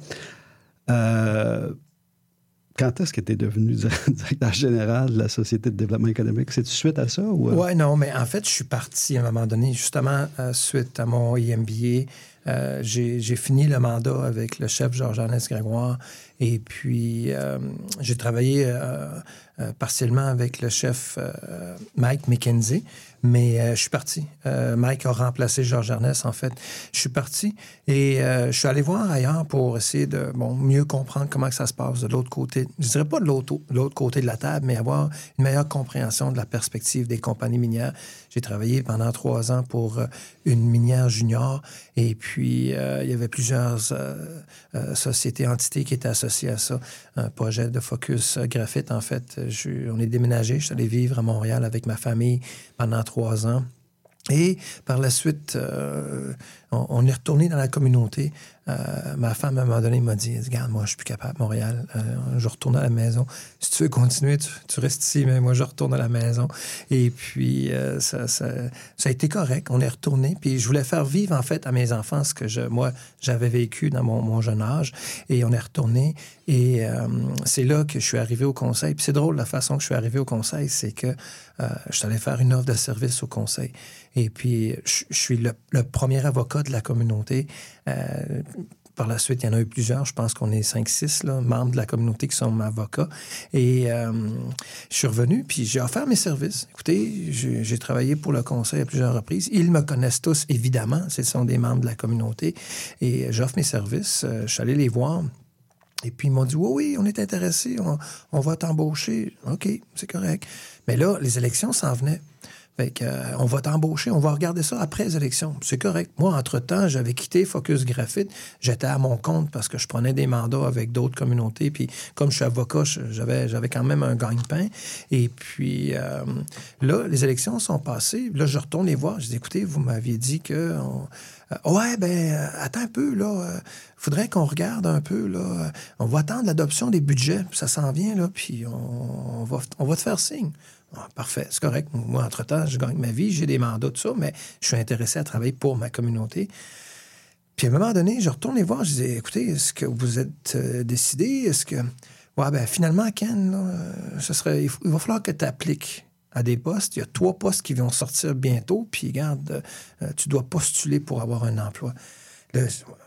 Euh, Quand est-ce que tu es devenu directeur général de la Société de développement économique? C'est-tu suite à ça? Ou... Oui, non, mais en fait, je suis parti à un moment donné, justement, euh, suite à mon I M B A. Euh, j'ai, j'ai fini le mandat avec le chef Georges-Ernest Grégoire et puis euh, j'ai travaillé euh, euh, partiellement avec le chef euh, Mike McKenzie, mais euh, je suis parti. Euh, Mike a remplacé Georges-Ernest, en fait. Je suis parti et euh, je suis allé voir ailleurs pour essayer de bon, mieux comprendre comment que ça se passe de l'autre côté. Je dirais pas de l'autre, de l'autre côté de la table, mais avoir une meilleure compréhension de la perspective des compagnies minières. J'ai travaillé pendant trois ans pour euh, une minière junior et puis euh, il y avait plusieurs euh, euh, sociétés, entités qui étaient associées à ça. Un projet de Focus Graphite, en fait. Je, on est déménagé. Je suis allé vivre à Montréal avec ma famille pendant trois ans. Et par la suite, euh, on, on est retourné dans la communauté. Euh, ma femme, à un moment donné, m'a dit « Regarde, moi, je suis plus capable, Montréal. Euh, je retourne à la maison. Si tu veux continuer, tu, tu restes ici, mais moi, je retourne à la maison. » Et puis, euh, ça, ça, ça a été correct. On est retourné. Puis, je voulais faire vivre, en fait, à mes enfants ce que je, moi, j'avais vécu dans mon, mon jeune âge. Et on est retourné. Et euh, c'est là que je suis arrivé au conseil. Puis, c'est drôle, la façon que je suis arrivé au conseil, c'est que euh, je suis allé faire une offre de service au conseil. Et puis, je, je suis le, le premier avocat de la communauté. Euh, par la suite, il y en a eu plusieurs. Je pense qu'on est cinq six membres de la communauté qui sont avocats. Et euh, je suis revenu, puis j'ai offert mes services. Écoutez, j'ai, j'ai travaillé pour le conseil à plusieurs reprises. Ils me connaissent tous, évidemment. Ce sont des membres de la communauté. Et j'offre mes services. Je suis allé les voir. Et puis, ils m'ont dit, oui, oui, on est intéressés. On, on va t'embaucher. OK, c'est correct. Mais là, les élections s'en venaient. Fait que, euh, on va t'embaucher, on va regarder ça après les élections. C'est correct. Moi, entre-temps, j'avais quitté Focus Graphite. J'étais à mon compte parce que je prenais des mandats avec d'autres communautés. Puis, comme je suis avocat, j'avais, j'avais quand même un gagne-pain. Et puis, euh, là, les élections sont passées. Là, je retourne les voir. Je dis, écoutez, vous m'aviez dit que... On... Euh, ouais, ben, attends un peu, là. Euh, faudrait qu'on regarde un peu, là. Euh, on va attendre l'adoption des budgets. Ça s'en vient, là. Puis, on, on, va, on va te faire signe. Ah, parfait, c'est correct. Moi, entre-temps, je gagne ma vie, j'ai des mandats, tout ça, mais je suis intéressé à travailler pour ma communauté. Puis à un moment donné, je retourne les voir, je dis, écoutez, est-ce que vous êtes euh, décidé? Est-ce que... Ouais, ben finalement, Ken, là, euh, ce serait... il, faut... il va falloir que tu appliques à des postes. Il y a trois postes qui vont sortir bientôt, puis regarde, euh, tu dois postuler pour avoir un emploi. Là,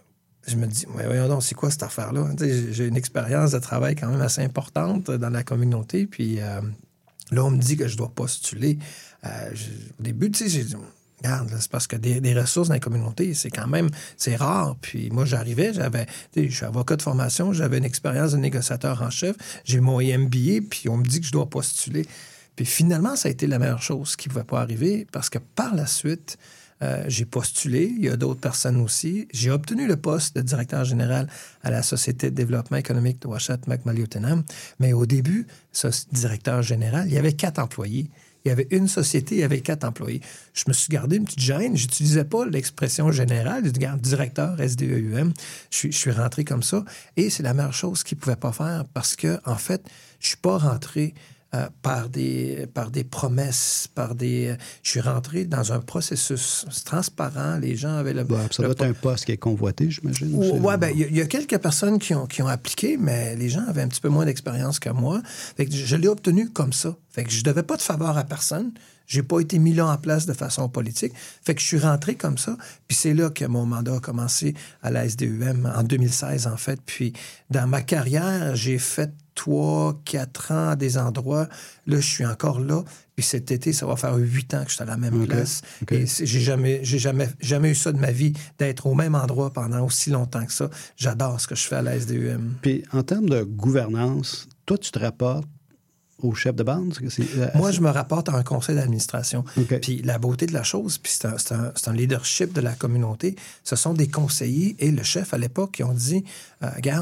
je me dis, ouais, voyons donc, c'est quoi cette affaire-là? J'ai, j'ai une expérience de travail quand même assez importante dans la communauté, puis... Euh, Là, on me dit que je dois postuler. Euh, je, au début, tu sais, j'ai dit, regarde, là, c'est parce que des, des ressources dans la communauté, c'est quand même, c'est rare. Puis moi, j'arrivais, j'avais, tu sais, je suis avocat de formation, j'avais une expérience de négociateur en chef, j'ai mon I M B A, puis on me dit que je dois postuler. Puis finalement, ça a été la meilleure chose qui ne pouvait pas arriver parce que par la suite, Euh, j'ai postulé, il y a d'autres personnes aussi. J'ai obtenu le poste de directeur général à la Société de développement économique de Washat, Mac, Maniotenam. Mais au début, ce directeur général, il y avait quatre employés. Il y avait une société, il y avait quatre employés. Je me suis gardé une petite gêne. Je n'utilisais pas l'expression générale. Je dis, regarde, directeur, S D E U M. Je suis, je suis rentré comme ça. Et c'est la meilleure chose qu'il ne pouvait pas faire parce que, en fait, je ne suis pas rentré Euh, par, des, par des promesses, par des... Euh, je suis rentré dans un processus transparent. Les gens avaient le... Bon, ça le, doit être un poste qui est convoité, j'imagine. Oui, bien, il y, y a quelques personnes qui ont, qui ont appliqué, mais les gens avaient un petit peu moins d'expérience que moi. Fait que je, je l'ai obtenu comme ça. Fait que je ne devais pas de faveur à personne. J'ai pas été mis là en place de façon politique. Fait que je suis rentré comme ça. Puis c'est là que mon mandat a commencé à la S D U M en deux mille seize, en fait. Puis dans ma carrière, j'ai fait trois, quatre ans à des endroits. Là, je suis encore là. Puis cet été, ça va faire huit ans que je suis à la même okay. place. Okay. Et j'ai jamais, j'ai jamais, jamais eu ça de ma vie, d'être au même endroit pendant aussi longtemps que ça. J'adore ce que je fais à la S D U M. Puis en termes de gouvernance, toi, tu te rapportes au chef de bande? C'est... Moi, je me rapporte à un conseil d'administration. Okay. Puis la beauté de la chose, puis c'est un, c'est, un, c'est un leadership de la communauté, ce sont des conseillers et le chef à l'époque qui ont dit, euh, regarde,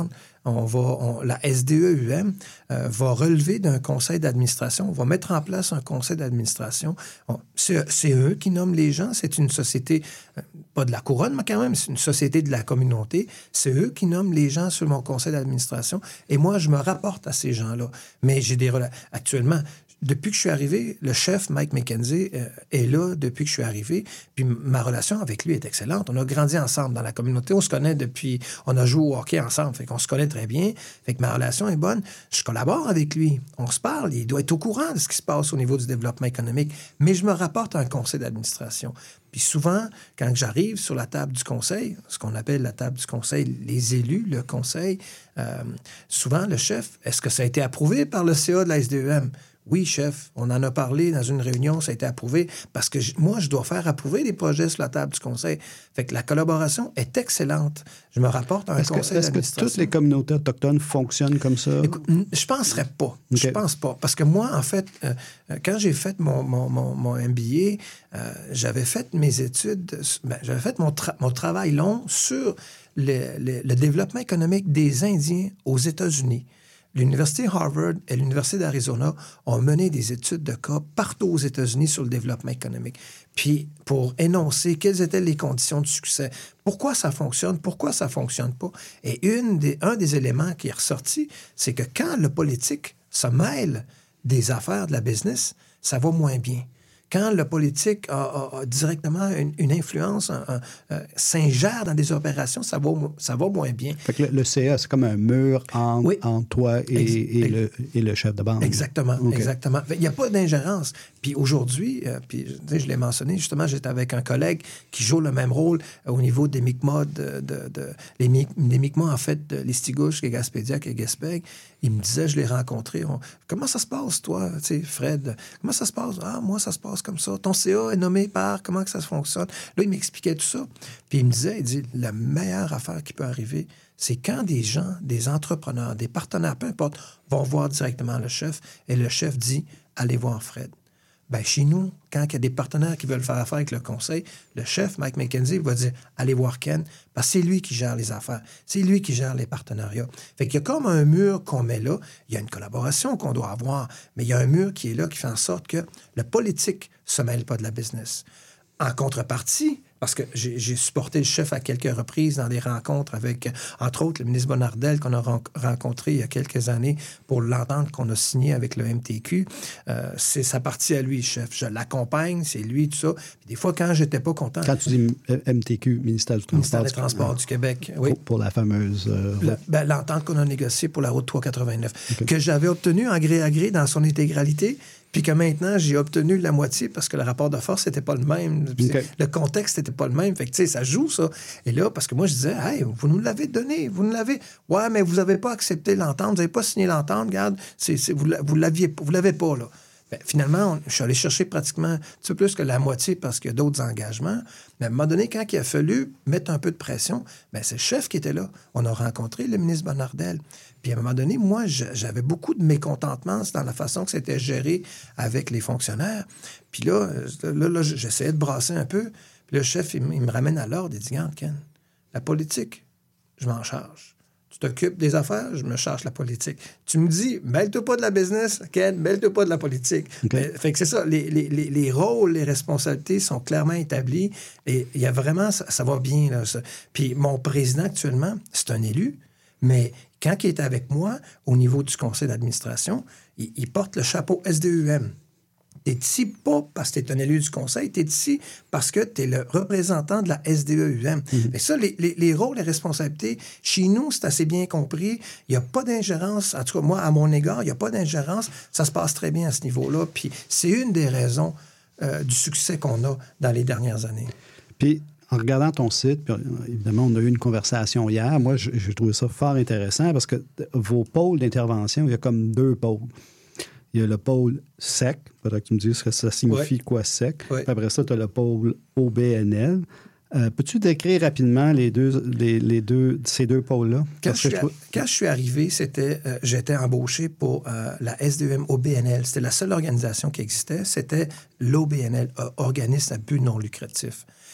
on va, on, la S D E U M euh, va relever d'un conseil d'administration, on va mettre en place un conseil d'administration. On, c'est, c'est eux qui nomment les gens, c'est une société, euh, pas de la couronne, mais quand même, c'est une société de la communauté. C'est eux qui nomment les gens sur mon conseil d'administration. Et moi, je me rapporte à ces gens-là. Mais j'ai des relations. Actuellement, depuis que je suis arrivé, le chef, Mike McKenzie, euh, est là depuis que je suis arrivé. Puis ma relation avec lui est excellente. On a grandi ensemble dans la communauté. On se connaît depuis... On a joué au hockey ensemble. Fait qu'on se connaît très bien. Fait que ma relation est bonne. Je collabore avec lui. On se parle. Il doit être au courant de ce qui se passe au niveau du développement économique. Mais je me rapporte à un conseil d'administration. Puis souvent, quand j'arrive sur la table du conseil, ce qu'on appelle la table du conseil, les élus, le conseil, euh, souvent le chef, est-ce que ça a été approuvé par le C A de la S D E M? Oui, chef, on en a parlé dans une réunion, ça a été approuvé parce que j- moi, je dois faire approuver les projets sur la table du conseil. Fait que la collaboration est excellente. Je me rapporte à un est-ce conseil que, est-ce d'administration. que toutes les communautés autochtones fonctionnent comme ça? Écoute, je penserais pas. Okay. Je pense pas. Parce que moi, en fait, euh, quand j'ai fait mon, mon, mon, mon M B A, euh, j'avais fait mes études, ben, j'avais fait mon, tra- mon travail long sur le, le, le développement économique des Indiens aux États-Unis. L'Université Harvard et l'Université d'Arizona ont mené des études de cas partout aux États-Unis sur le développement économique. Puis, pour énoncer quelles étaient les conditions de succès, pourquoi ça fonctionne, pourquoi ça ne fonctionne pas. Et une des, un des éléments qui est ressorti, c'est que quand le politique se mêle des affaires de la business, ça va moins bien. Quand le politique a, a, a directement une, une influence, un, un, un, s'ingère dans des opérations, ça va, ça va moins bien. Fait que le, le C A, c'est comme un mur entre, oui. entre toi et, Ex- et, le, et le chef de bande. Exactement, okay. exactement. Il n'y a pas d'ingérence. Puis aujourd'hui, euh, puis je l'ai mentionné, justement, j'étais avec un collègue qui joue le même rôle euh, au niveau des Mi'kmaq, de, de, de, les, les Mi'kmaq, en fait, de l'Estigouche, et Gaspédiac et Gaspé. Il me disait, je l'ai rencontré, on, comment ça se passe, toi, tu sais, Fred? Comment ça se passe? Ah, moi, ça se passe comme ça. Ton C A est nommé par comment que ça se fonctionne. Là, il m'expliquait tout ça. Puis il me disait, il dit, la meilleure affaire qui peut arriver, c'est quand des gens, des entrepreneurs, des partenaires, peu importe, vont voir directement le chef et le chef dit, allez voir Fred. Bien, chez nous, quand il y a des partenaires qui veulent faire affaire avec le conseil, le chef, Mike McKenzie, va dire « Allez voir Ken », parce que c'est lui qui gère les affaires. C'est lui qui gère les partenariats. Fait qu'il y a comme un mur qu'on met là. Il y a une collaboration qu'on doit avoir, mais il y a un mur qui est là qui fait en sorte que le politique ne se mêle pas de la business. En contrepartie, parce que j'ai, j'ai supporté le chef à quelques reprises dans des rencontres avec, entre autres, le ministre Bonnardel qu'on a ren- rencontré il y a quelques années pour l'entente qu'on a signée avec le M T Q. Euh, c'est sa partie à lui, chef. Je l'accompagne, c'est lui, tout ça. Puis des fois, quand j'étais pas content... Quand tu dis M T Q, ministère du Transport... Ministère des Transports du Québec, oui. Pour, pour la fameuse... Euh, la, ben, l'entente qu'on a négociée pour la route trois cent quatre-vingt-neuf, okay. que j'avais obtenue en gré à gré dans son intégralité, puis que maintenant, j'ai obtenu la moitié parce que le rapport de force n'était pas le même. Okay. Le contexte n'était pas le même. Fait que, tu sais, ça joue, ça. Et là, parce que moi, je disais, hey, vous nous l'avez donné, vous nous l'avez. Ouais, mais vous n'avez pas accepté l'entente, vous n'avez pas signé l'entente, regarde, c'est, c'est, vous ne l'aviez vous l'avez pas, là. Ben, finalement, on, je suis allé chercher pratiquement un petit peu plus que la moitié parce qu'il y a d'autres engagements. Mais à un moment donné, quand il a fallu mettre un peu de pression, ben, c'est le chef qui était là. On a rencontré le ministre Bonnardel. Puis à un moment donné, moi, j'avais beaucoup de mécontentement dans la façon que c'était géré avec les fonctionnaires. Puis là, là, là j'essayais de brasser un peu. Puis le chef, il, il me ramène à l'ordre. Il dit, regarde, Ken, la politique, je m'en charge. Tu t'occupes des affaires, je me charge la politique. Tu me dis, mêle-toi pas de la business, Ken, mêle-toi pas de la politique. Okay. Mais, fait que c'est ça, les, les, les, les rôles, les responsabilités sont clairement établis. Et il y a vraiment, ça, ça va bien, là. Ça. Puis mon président actuellement, c'est un élu, mais quand il est avec moi, au niveau du conseil d'administration, il, il porte le chapeau S D E U M. Tu es ici pas parce que tu es un élu du conseil, tu es ici parce que tu es le représentant de la S D E U M. Mm-hmm. Et ça, les, les, les rôles, les responsabilités, chez nous, c'est assez bien compris. Il n'y a pas d'ingérence. En tout cas, moi, à mon égard, il n'y a pas d'ingérence. Ça se passe très bien à ce niveau-là. Puis c'est une des raisons euh, du succès qu'on a dans les dernières années. Puis, en regardant ton site, puis évidemment, on a eu une conversation hier. Moi, j'ai trouvé ça fort intéressant parce que vos pôles d'intervention, il y a comme deux pôles. Il y a le pôle sec. Faudrait que tu me dises ce que ça signifie, ouais. quoi sec. Ouais. Puis après ça, tu as le pôle O B N L. Euh, peux-tu décrire rapidement les deux, les, les deux, ces deux pôles-là? Quand, je suis, je... quand je suis arrivé, c'était, euh, j'étais embauché pour euh, la S D E M O B N L. C'était la seule organisation qui existait. C'était l'O B N L, euh, organisme à but non lucratif.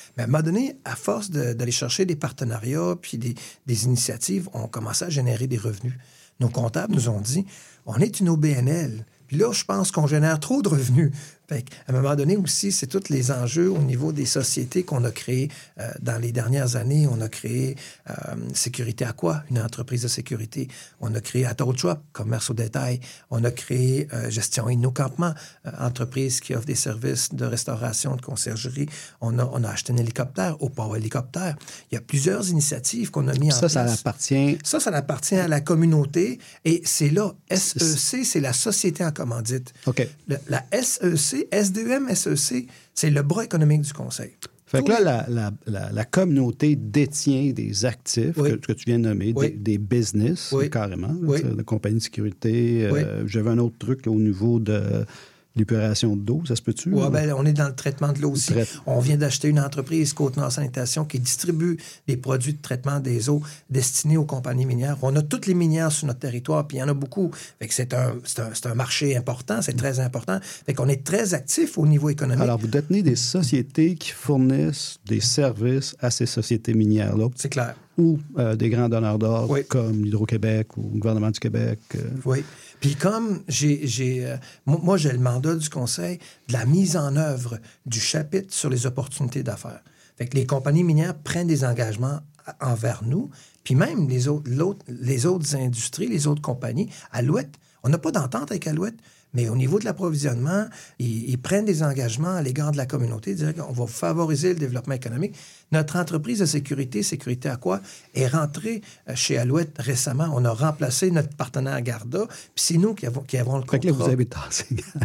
Mais à un moment donné, à force de, d'aller chercher des partenariats puis des, des initiatives, on commençait à générer des revenus. Nos comptables nous ont dit, on est une O B N L. Puis là, je pense qu'on génère trop de revenus. Fait qu'à un moment donné aussi, c'est tous les enjeux au niveau des sociétés qu'on a créées euh, dans les dernières années. On a créé euh, Sécurité Aqua, une entreprise de sécurité. On a créé Atoll-Trop, commerce au détail. On a créé euh, Gestion Inno Campement, euh, entreprise qui offre des services de restauration, de conciergerie. On a, on a acheté un hélicoptère, au port hélicoptère. Il y a plusieurs initiatives qu'on a mis en ça, place. Ça, ça appartient... Ça, ça appartient à la communauté. Et c'est là, S E C, c'est la société en commandite. OK. Le, la S E C, S D E M, S E C, c'est le bras économique du conseil. Fait que là, la, la, la, la communauté détient des actifs oui. que, que tu viens de nommer, oui. des, des business, oui. carrément, oui. la compagnie de sécurité. Oui. Euh, j'avais un autre truc là, au niveau de l'épuration d'eau, ça se peut-tu? Oui, bien, on est dans le traitement de l'eau aussi. Trai... On vient d'acheter une entreprise, Côte-Nord Sanitation, qui distribue des produits de traitement des eaux destinés aux compagnies minières. On a toutes les minières sur notre territoire, puis il y en a beaucoup. Fait que c'est un, c'est un, c'est un marché important, c'est très important. Fait qu'on est très actif au niveau économique. Alors, vous détenez des sociétés qui fournissent des services à ces sociétés minières-là. C'est clair. Ou euh, des grands donneurs d'ordre, oui. comme l'Hydro-Québec ou le gouvernement du Québec. Euh... Oui. Puis comme j'ai... j'ai euh, moi, j'ai le mandat du Conseil de la mise en œuvre du chapitre sur les opportunités d'affaires. Fait que les compagnies minières prennent des engagements envers nous, puis même les autres, les autres industries, les autres compagnies. Alouette, on n'a pas d'entente avec Alouette, mais au niveau de l'approvisionnement, ils, ils prennent des engagements à l'égard de la communauté, dire qu'on va favoriser le développement économique. Notre entreprise de sécurité, Sécurité Aqua, est rentrée chez Alouette récemment. On a remplacé notre partenaire Garda, puis c'est nous qui avons, qui avons le contrat. Fait que là, vous avez tassé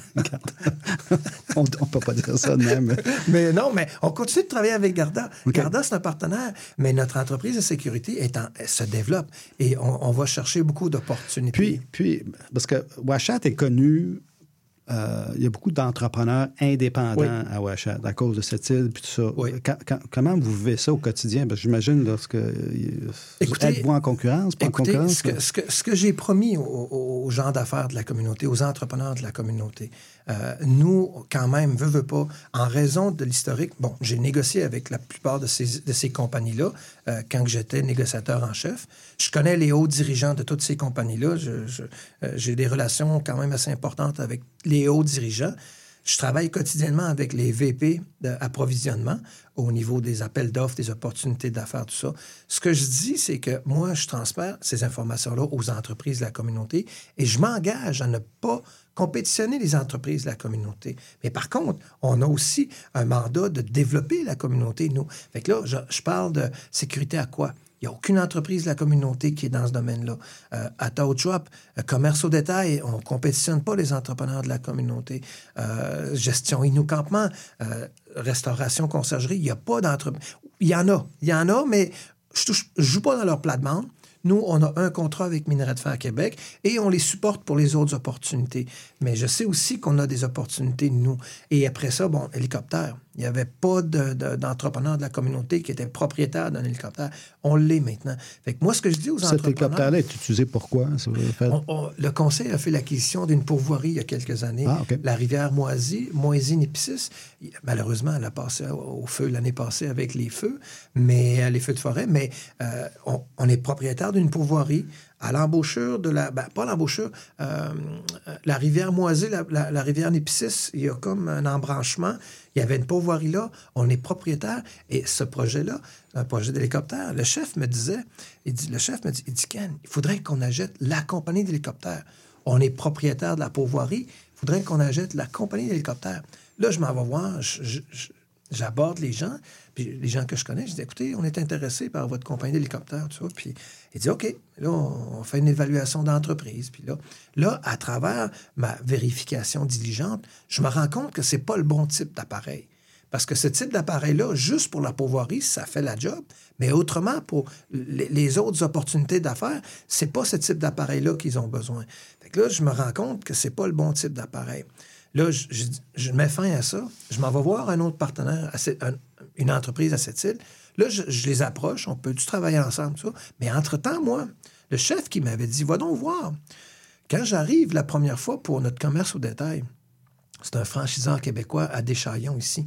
Garda. on ne peut pas dire ça de même. Mais non, mais on continue de travailler avec Garda. Okay. Garda, c'est un partenaire, mais notre entreprise de sécurité est en, elle se développe et on, on va chercher beaucoup d'opportunités. Puis, puis parce que Ouachat est connu... Euh, il y a beaucoup d'entrepreneurs indépendants oui. à Ouachat à cause de cette île puis tout ça. Oui. Quand, quand, comment vous vivez ça au quotidien? Parce que j'imagine, lorsque écoutez, êtes-vous en concurrence, pas écoutez, en concurrence? Ce que, ce que, ce que j'ai promis aux, aux gens d'affaires de la communauté, aux entrepreneurs de la communauté, euh, nous, quand même, veut, veut pas, en raison de l'historique, bon, j'ai négocié avec la plupart de ces, de ces compagnies-là euh, quand j'étais négociateur en chef. Je connais les hauts dirigeants de toutes ces compagnies-là. Je, je, euh, j'ai des relations quand même assez importantes avec les hauts dirigeants. Je travaille quotidiennement avec les V P d'approvisionnement au niveau des appels d'offres, des opportunités d'affaires, tout ça. Ce que je dis, c'est que moi, je transfère ces informations-là aux entreprises de la communauté et je m'engage à ne pas compétitionner les entreprises de la communauté. Mais par contre, on a aussi un mandat de développer la communauté, nous. Fait que là, je, je parle de sécurité à quoi? Il n'y a aucune entreprise de la communauté qui est dans ce domaine-là. Euh, à Atoll-Trop, euh, commerce au détail, on ne compétitionne pas les entrepreneurs de la communauté. Euh, gestion Inno Campement, euh, restauration, conciergerie, il n'y a pas d'entreprise. Il y en a, il y en a, mais je ne joue pas dans leur plate-bande. Nous, on a un contrat avec Minerais de Fer Québec et on les supporte pour les autres opportunités. Mais je sais aussi qu'on a des opportunités, nous. Et après ça, bon, hélicoptère. Il n'y avait pas de, de, d'entrepreneurs de la communauté qui étaient propriétaires d'un hélicoptère. On l'est maintenant. Fait que moi, ce que je dis aux Cet entrepreneurs... Cet hélicoptère-là est utilisé pourquoi? Ça fait... on, on, le Conseil a fait l'acquisition d'une pourvoirie il y a quelques années. Ah, okay. La rivière Moisy, Moisy-Népissis. Malheureusement, elle a passé au feu l'année passée avec les feux, mais les feux de forêt. Mais euh, on, on est propriétaire d'une pourvoirie à l'embouchure de la... Ben, pas l'embouchure, euh, la rivière Moisy, la, la, la rivière Népissis, il y a comme un embranchement. Il y avait une pourvoirie là, on est propriétaire. Et ce projet-là, un projet d'hélicoptère, le chef me disait, il dit, le chef me dit, il dit, Ken, il faudrait qu'on achète la compagnie d'hélicoptères. On est propriétaire de la pourvoirie, il faudrait qu'on achète la compagnie d'hélicoptères. Là, je m'en vais voir, je, je, je, j'aborde les gens, puis les gens que je connais, je dis, écoutez, on est intéressé par votre compagnie d'hélicoptères, tout ça. Puis il dit, OK, là, on fait une évaluation d'entreprise. Puis là, là, à travers ma vérification diligente, je me rends compte que c'est pas le bon type d'appareil. Parce que ce type d'appareil-là, juste pour la pourvoirie, ça fait la job. Mais autrement, pour les autres opportunités d'affaires, c'est pas ce type d'appareil-là qu'ils ont besoin. Fait que là, je me rends compte que c'est pas le bon type d'appareil. Là, je, je, je mets fin à ça. Je m'en vais voir un autre partenaire, à cette, un, une entreprise à cette île. Là, je, je les approche. On peut-tu travailler ensemble, ça? Mais entre-temps, moi, le chef qui m'avait dit, va donc voir. Quand j'arrive la première fois pour notre commerce au détail, c'est un franchiseur québécois à Deschaillons, ici.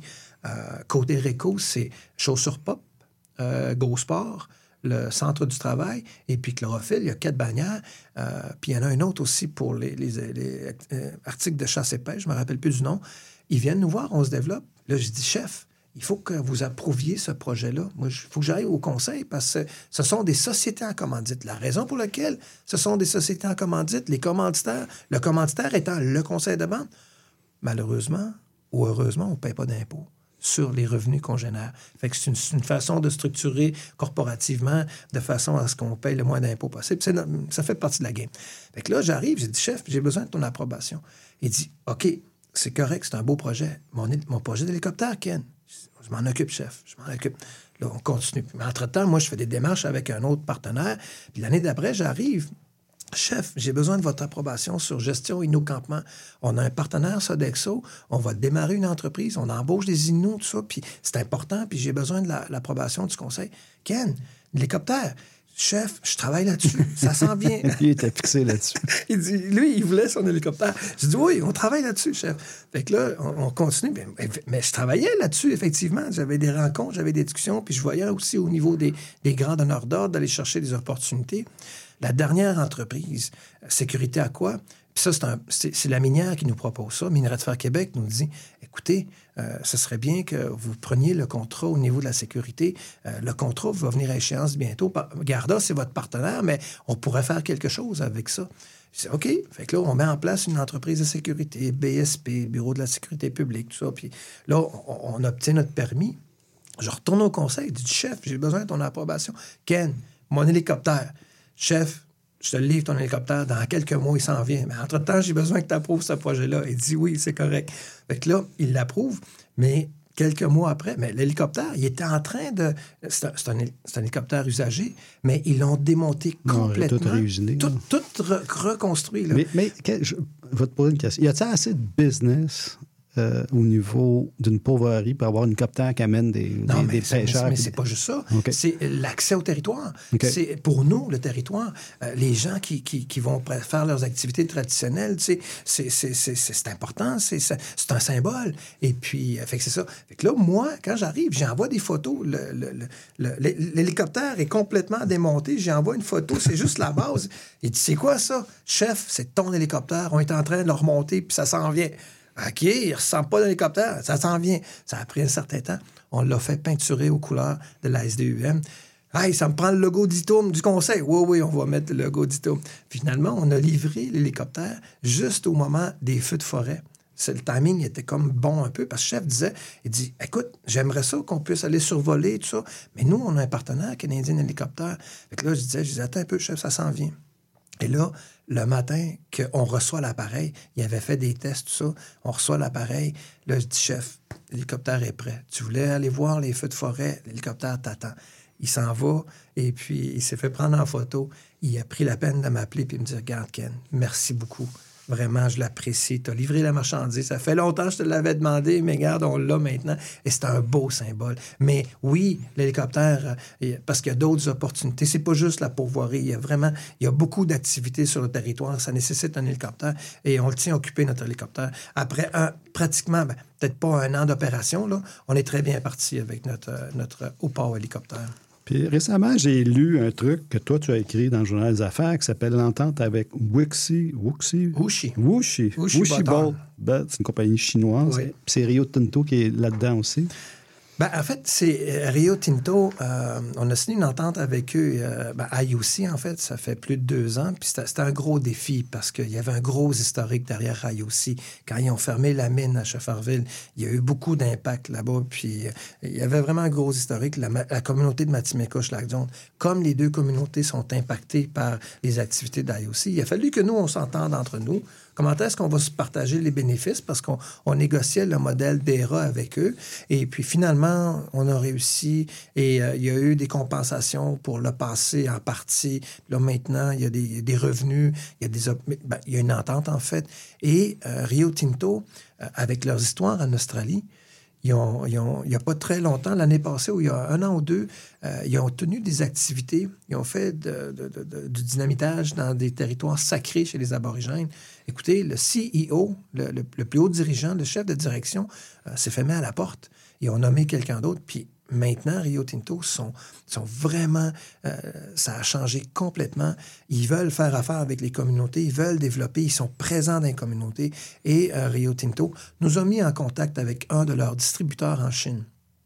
Euh, côté réco, c'est Chaussures Pop, euh, Go Sport, le Centre du travail, et puis Chlorophylle, il y a quatre bannières. Euh, puis il y en a un autre aussi pour les, les, les, les euh, articles de chasse et pêche, je ne me rappelle plus du nom. Ils viennent nous voir, on se développe. Là, je dis, chef, il faut que vous approuviez ce projet-là. Moi, il faut que j'aille au conseil parce que ce sont des sociétés en commandite. La raison pour laquelle ce sont des sociétés en commandite, les commanditaires, le commanditaire étant le conseil de vente, malheureusement ou heureusement, on ne paie pas d'impôts sur les revenus qu'on génère. Fait que c'est une, une façon de structurer corporativement de façon à ce qu'on paye le moins d'impôts possible. C'est, ça fait partie de la game. Fait que là, j'arrive, j'ai dit, chef, j'ai besoin de ton approbation. Il dit, OK, c'est correct, c'est un beau projet. Mon, mon projet d'hélicoptère, Ken. Je m'en occupe, chef. Je m'en occupe. Là, on continue. Mais entre-temps, moi, je fais des démarches avec un autre partenaire. Puis l'année d'après, j'arrive. Chef, j'ai besoin de votre approbation sur gestion Inuit-Campement. On a un partenaire Sodexo. On va démarrer une entreprise. On embauche des Inuits, tout ça. Puis c'est important. Puis j'ai besoin de la, l'approbation du conseil. Ken, l'hélicoptère. Chef, je travaille là-dessus. Ça s'en vient. Il était fixé là-dessus. Il dit, lui, il voulait son hélicoptère. Je dis, oui, on travaille là-dessus, chef. Fait que là, on, on continue. Mais, mais je travaillais là-dessus, effectivement. J'avais des rencontres, j'avais des discussions. Puis je voyais aussi au niveau des, des grands donneurs d'ordre d'aller chercher des opportunités. La dernière entreprise, Sécurité Aqua, puis ça, c'est, un, c'est, c'est la minière qui nous propose ça. Minerais de Fer Québec nous dit, écoutez, euh, ce serait bien que vous preniez le contrat au niveau de la sécurité. Euh, le contrat va venir à échéance bientôt. Garda, c'est votre partenaire, mais on pourrait faire quelque chose avec ça. Je dis, OK. Fait que là, on met en place une entreprise de sécurité, B S P, Bureau de la sécurité publique, tout ça. Puis là, on, on obtient notre permis. Je retourne au conseil. Je dis, chef, j'ai besoin de ton approbation. Ken, mon hélicoptère. Chef, je te livre ton hélicoptère, dans quelques mois, il s'en vient. Mais entre-temps, j'ai besoin que tu approuves ce projet-là. Il dit oui, c'est correct. Fait que là, il l'approuve, mais quelques mois après, mais l'hélicoptère, il était en train de... C'est un, c'est un, c'est un hélicoptère usagé, mais ils l'ont démonté complètement. Non, tout réusiné. Tout, tout re- reconstruit. Là. Mais, mais je vais te poser une question. Y a-t-il assez de business euh, au niveau d'une pauvrerie pour avoir un hélicoptère qui amène des, non, des, mais des c'est, pêcheurs? Mais, mais c'est pas juste ça. Okay. C'est l'accès au territoire. Okay. C'est pour nous, le territoire, euh, les gens qui, qui, qui vont faire leurs activités traditionnelles, c'est, c'est, c'est, c'est, c'est important, c'est, c'est un symbole. Et puis, fait que c'est ça. Fait que là, moi, quand j'arrive, j'envoie des photos. Le, le, le, le, l'hélicoptère est complètement démonté. J'envoie une photo, c'est juste la base. Il dit, c'est quoi ça? Chef, c'est ton hélicoptère. On est en train de le remonter, puis ça s'en vient. OK, il ne ressemble pas à l'hélicoptère, ça s'en vient. Ça a pris un certain temps. On l'a fait peinturer aux couleurs de la S D U M. Hey, ça me prend le logo d'Itum du conseil. Oui, oui, on va mettre le logo d'Itum. Finalement, on a livré l'hélicoptère juste au moment des feux de forêt. C'est, le timing était comme bon un peu, parce que le chef disait, il dit, écoute, j'aimerais ça qu'on puisse aller survoler, tout ça, mais nous, on a un partenaire canadien hélicoptère. Fait que là, je disais, je disais, attends un peu, chef, ça s'en vient. Et là, le matin qu'on reçoit l'appareil, il avait fait des tests, tout ça, on reçoit l'appareil, là, je dis, chef, l'hélicoptère est prêt. Tu voulais aller voir les feux de forêt, l'hélicoptère t'attend. Il s'en va, et puis il s'est fait prendre en photo. Il a pris la peine de m'appeler et de me dire, regarde, Ken, merci beaucoup. Vraiment, je l'apprécie. Tu as livré la marchandise. Ça fait longtemps que je te l'avais demandé, mais regarde, on l'a maintenant. Et c'est un beau symbole. Mais oui, l'hélicoptère, parce qu'il y a d'autres opportunités. C'est pas juste la pourvoirie. Il y a vraiment, il y a beaucoup d'activités sur le territoire. Ça nécessite un hélicoptère et on le tient occupé, notre hélicoptère. Après un, pratiquement, ben, peut-être pas un an d'opération, là, on est très bien parti avec notre, notre haut-port hélicoptère. Puis récemment, j'ai lu un truc que toi, tu as écrit dans le Journal des Affaires qui s'appelle l'entente avec Wuxi. Wuxi? Wuxi. Wuxi. Wuxi Bolt. C'est une compagnie chinoise. Oui. Puis c'est Rio Tinto qui est là-dedans aussi. Ben, en fait, c'est Rio Tinto. Euh, on a signé une entente avec eux, euh, ben, I U C, en fait, ça fait plus de deux ans. Puis c'était, c'était un gros défi parce qu'il y avait un gros historique derrière I U C. Quand ils ont fermé la mine à Shefferville, il y a eu beaucoup d'impact là-bas. Puis euh, il y avait vraiment un gros historique. La, la communauté de Matimeka-Lac-Zone, comme les deux communautés sont impactées par les activités d'I U C, il a fallu que nous, on s'entende entre nous. Comment est-ce qu'on va se partager les bénéfices? Parce qu'on on négociait le modèle B R A avec eux. Et puis, finalement, on a réussi. Et euh, il y a eu des compensations pour le passé en partie. Là, maintenant, il y a des, des revenus. Il y a, des, ben, il y a une entente, en fait. Et euh, Rio Tinto, euh, avec leurs histoires en Australie, Ils ont, ils ont, il n'y a pas très longtemps, l'année passée, ou il y a un an ou deux, euh, ils ont tenu des activités, ils ont fait de, de, de, de, du dynamitage dans des territoires sacrés chez les aborigènes. Écoutez, le C E O, le, le, le plus haut dirigeant, le chef de direction, euh, s'est fait mettre à la porte. Ils ont nommé quelqu'un d'autre, puis maintenant, Rio Tinto sont, sont vraiment... Euh, ça a changé complètement. Ils veulent faire affaire avec les communautés, ils veulent développer, ils sont présents dans les communautés. Et euh, Rio Tinto nous a mis en contact avec un de leurs distributeurs en Chine.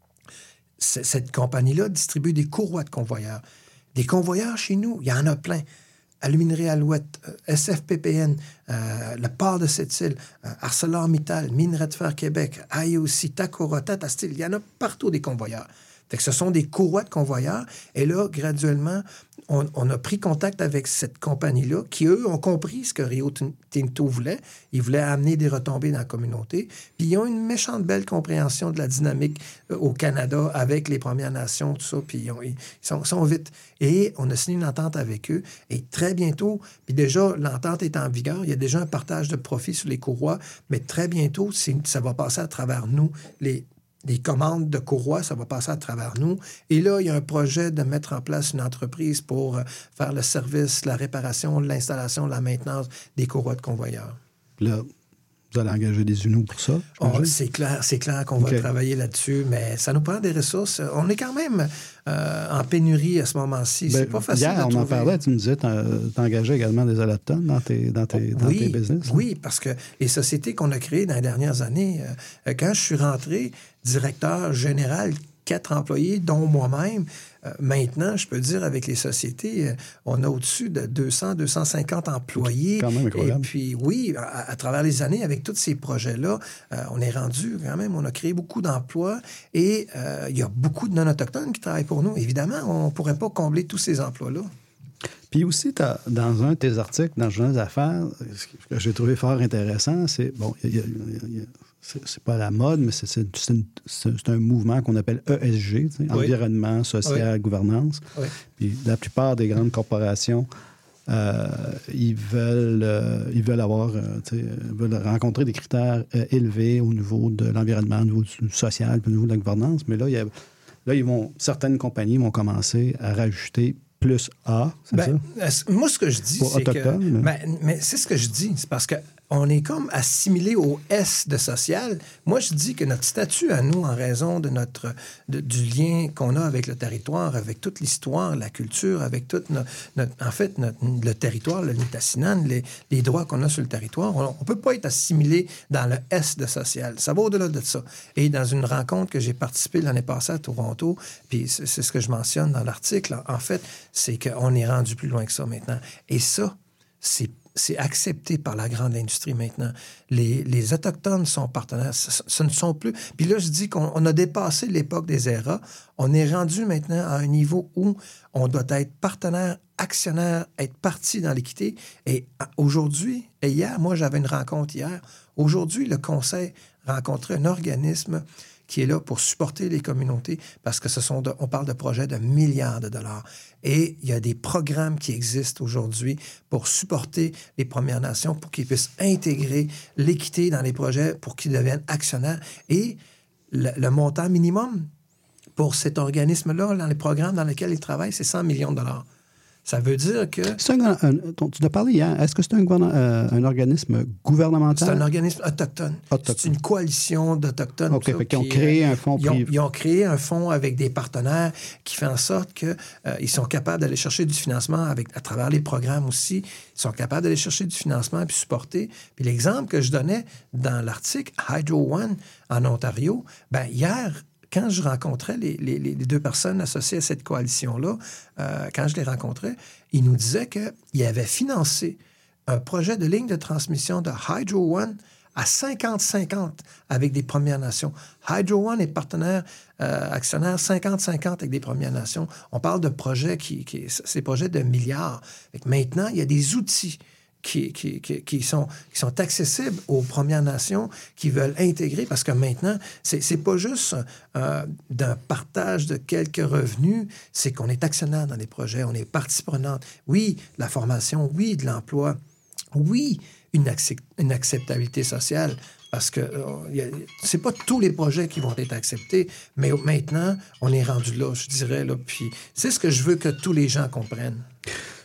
C- cette compagnie-là distribue des courroies de convoyeurs. Des convoyeurs chez nous, il y en a plein. Aluminerie Alouette, euh, S F P P N, euh, le port de Sept-Îles, euh, ArcelorMittal, Minerais de Fer Québec, I O C, Takora, Tata Steel, il y en a partout des convoyeurs. Fait que ce sont des courroies de convoyeurs. Et là, graduellement, on, on a pris contact avec cette compagnie-là qui, eux, ont compris ce que Rio Tinto voulait. Ils voulaient amener des retombées dans la communauté. Puis ils ont une méchante belle compréhension de la dynamique euh, au Canada avec les Premières Nations, tout ça. Puis ils, ont, ils sont, sont vite. Et on a signé une entente avec eux. Et très bientôt, puis déjà, l'entente est en vigueur. Il y a déjà un partage de profit sur les courroies. Mais très bientôt, c'est, ça va passer à travers nous, les des commandes de courroies, ça va passer à travers nous. Et là, il y a un projet de mettre en place une entreprise pour euh, faire le service, la réparation, l'installation, la maintenance des courroies de convoyeurs. Là, vous allez engager des unos pour ça? Oh, c'est clair, c'est clair qu'on okay. va travailler là-dessus, mais ça nous prend des ressources. On est quand même euh, en pénurie à ce moment-ci. Ben, c'est pas facile hier, de on trouver. en parlait, tu me disais, t'engageais également des autochtones dans tes, dans tes, dans oui, tes business. Oui, parce que les sociétés qu'on a créées dans les dernières années, euh, quand je suis rentré directeur général, quatre employés, dont moi-même, euh, maintenant, je peux dire, avec les sociétés, euh, on a au-dessus de deux cents à deux cent cinquante employés. Quand même incroyable. Et puis, oui, à, à travers les années, avec tous ces projets-là, euh, on est rendu quand même, on a créé beaucoup d'emplois et euh, il y a beaucoup de non-autochtones qui travaillent pour nous. Évidemment, on ne pourrait pas combler tous ces emplois-là. Puis aussi, t'as, dans un de tes articles, dans le Journal des Affaires, ce que j'ai trouvé fort intéressant, c'est, bon, y a, y a, y a, c'est, c'est pas la mode, mais c'est, c'est, c'est, une, c'est, c'est un mouvement qu'on appelle E S G, oui. Environnement, social, oui. Gouvernance. Oui. Puis la plupart des grandes corporations, euh, ils veulent euh, ils veulent avoir, euh, veulent rencontrer des critères euh, élevés au niveau de l'environnement, au niveau du social, au niveau de la gouvernance. Mais là, il y a, là ils vont, certaines compagnies vont commencer à rajouter plus A, c'est ben, ça? Moi, ce que je dis, Pour c'est autochtone, que... Mais... Ben, mais c'est ce que je dis, c'est parce que on est comme assimilé au S de social. Moi, je dis que notre statut à nous, en raison de notre de, du lien qu'on a avec le territoire, avec toute l'histoire, la culture, avec tout notre, notre, en fait, notre, le territoire, le Nitassinan, les, les droits qu'on a sur le territoire, on ne peut pas être assimilé dans le S de social. Ça va au-delà de ça. Et dans une rencontre que j'ai participé l'année passée à Toronto, puis c'est, c'est ce que je mentionne dans l'article, en fait, c'est qu'on est rendu plus loin que ça maintenant. Et ça, c'est C'est accepté par la grande industrie maintenant. Les, les Autochtones sont partenaires. Ce, ce ne sont plus... Puis là, je dis qu'on on a dépassé l'époque des E R A. On est rendu maintenant à un niveau où on doit être partenaire, actionnaire, être partie dans l'équité. Et aujourd'hui, et hier, moi, j'avais une rencontre hier. Aujourd'hui, le Conseil rencontrait un organisme qui est là pour supporter les communautés parce que ce sont de, on parle de projets de milliards de dollars. Et il y a des programmes qui existent aujourd'hui pour supporter les Premières Nations, pour qu'ils puissent intégrer l'équité dans les projets, pour qu'ils deviennent actionnaires. Et le, le montant minimum pour cet organisme-là, dans les programmes dans lesquels ils travaillent, c'est cent millions de dollars. Ça veut dire que... C'est un, un, tu as parlé hier. Est-ce que c'est un, euh, un organisme gouvernemental? C'est un organisme autochtone. autochtone. C'est une coalition d'Autochtones. OK, fait qu'ils ont créé un fonds ils ont, privé. Ils ont créé un fonds avec des partenaires qui fait en sorte qu'ils euh, sont capables d'aller chercher du financement avec, à travers les programmes aussi. Ils sont capables d'aller chercher du financement puis supporter. Puis l'exemple que je donnais dans l'article Hydro One en Ontario, ben hier... Quand je rencontrais les, les, les deux personnes associées à cette coalition-là, euh, quand je les rencontrais, ils nous disaient qu'ils avaient financé un projet de ligne de transmission de Hydro One à cinquante cinquante avec des Premières Nations. Hydro One est partenaire euh, actionnaire cinquante cinquante avec des Premières Nations. On parle de projets qui, qui c'est des projets de milliards. Fait que maintenant, il y a des outils Qui, qui, qui, qui, sont, qui sont accessibles aux Premières Nations, qui veulent intégrer, parce que maintenant, c'est, c'est pas juste euh, d'un partage de quelques revenus, c'est qu'on est actionnaire dans les projets, on est partie prenante. Oui, la formation, oui, de l'emploi, oui, une, accept, une acceptabilité sociale, parce que euh, c'est pas tous les projets qui vont être acceptés, mais maintenant, on est rendu là, je dirais, là, puis c'est ce que je veux que tous les gens comprennent.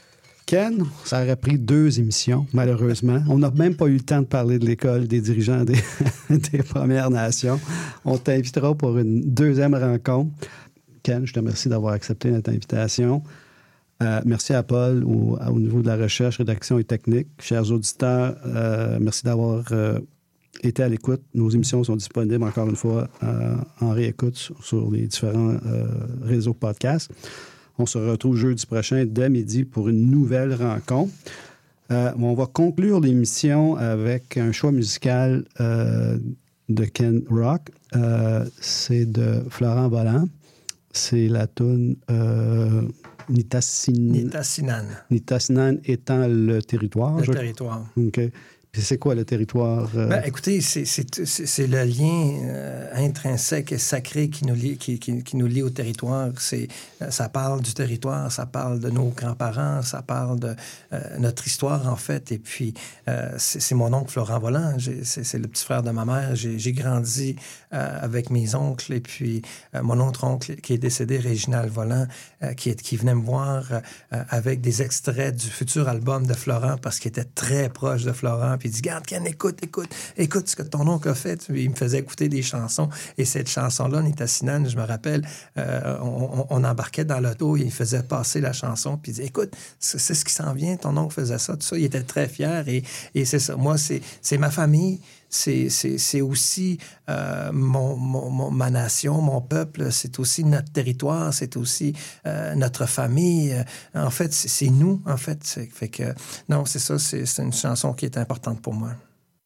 Ken, ça aurait pris deux émissions, malheureusement. On n'a même pas eu le temps de parler de l'école des dirigeants des, des Premières Nations. On t'invitera pour une deuxième rencontre. Ken, je te remercie d'avoir accepté notre invitation. Euh, merci à Paul au, au niveau de la recherche, rédaction et technique. Chers auditeurs, euh, merci d'avoir euh, été à l'écoute. Nos émissions sont disponibles, encore une fois, euh, en réécoute sur, sur les différents euh, réseaux podcasts. On se retrouve jeudi prochain dès midi pour une nouvelle rencontre. Euh, on va conclure l'émission avec un choix musical euh, de Ken Rock. Euh, c'est de Florent Volant. C'est la toune euh, Nitassinan. Nitassinan. Nitassinan étant le territoire. Le je... territoire. OK. Puis c'est quoi le territoire? Euh... Ben, écoutez, c'est, c'est, c'est, c'est le lien euh, intrinsèque et sacré qui nous lie, qui, qui, qui nous lie au territoire. C'est, ça parle du territoire, ça parle de nos grands-parents, ça parle de euh, notre histoire, en fait. Et puis, euh, c'est, c'est mon oncle Florent Volant. J'ai, c'est, c'est le petit frère de ma mère. J'ai, j'ai grandi euh, avec mes oncles. Et puis, euh, mon autre oncle qui est décédé, Réginald Volant, euh, qui, est, qui venait me voir euh, avec des extraits du futur album de Florent parce qu'il était très proche de Florent. Puis il dit, regarde, Ken, écoute, écoute, écoute ce que ton oncle a fait. Puis il me faisait écouter des chansons. Et cette chanson-là, Nitassinan, je me rappelle, euh, on, on embarquait dans l'auto, il faisait passer la chanson. Puis il dit, écoute, c'est, c'est ce qui s'en vient, ton oncle faisait ça, tout ça. Il était très fier. Et, et c'est ça. Moi, c'est, c'est ma famille. C'est, c'est, c'est aussi euh, mon, mon, mon, ma nation, mon peuple. C'est aussi notre territoire. C'est aussi euh, notre famille. En fait, c'est, c'est nous, en fait. C'est, fait que, non, c'est ça. C'est, c'est une chanson qui est importante pour moi.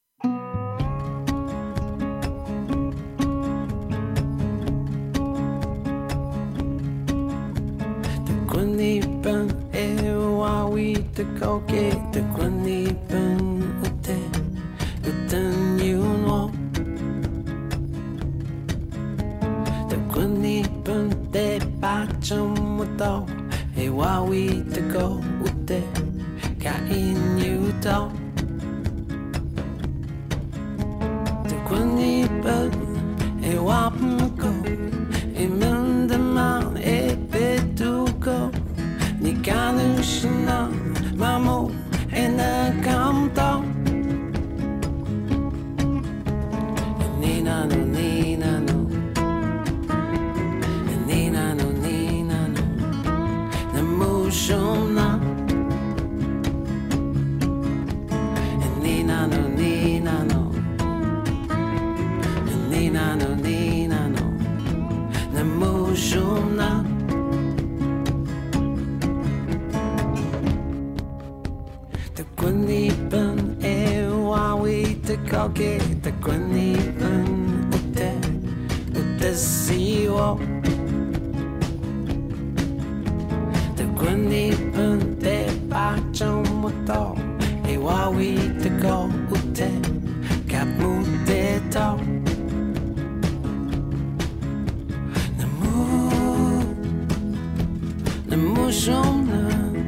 E wawi te ko ute ka inyu to te kwani pa e wapm ko e mandaman e petuko ni kanu shina mamo e na kamto ni na no ni na no Shona Nina no Nina no Nina no Nina no Namo Shona Te kwanipan e wawi te koke Te kwanipan ute ute siwo Quindi te facciamo to e wawi te go ute kapu te to Namu Namu shona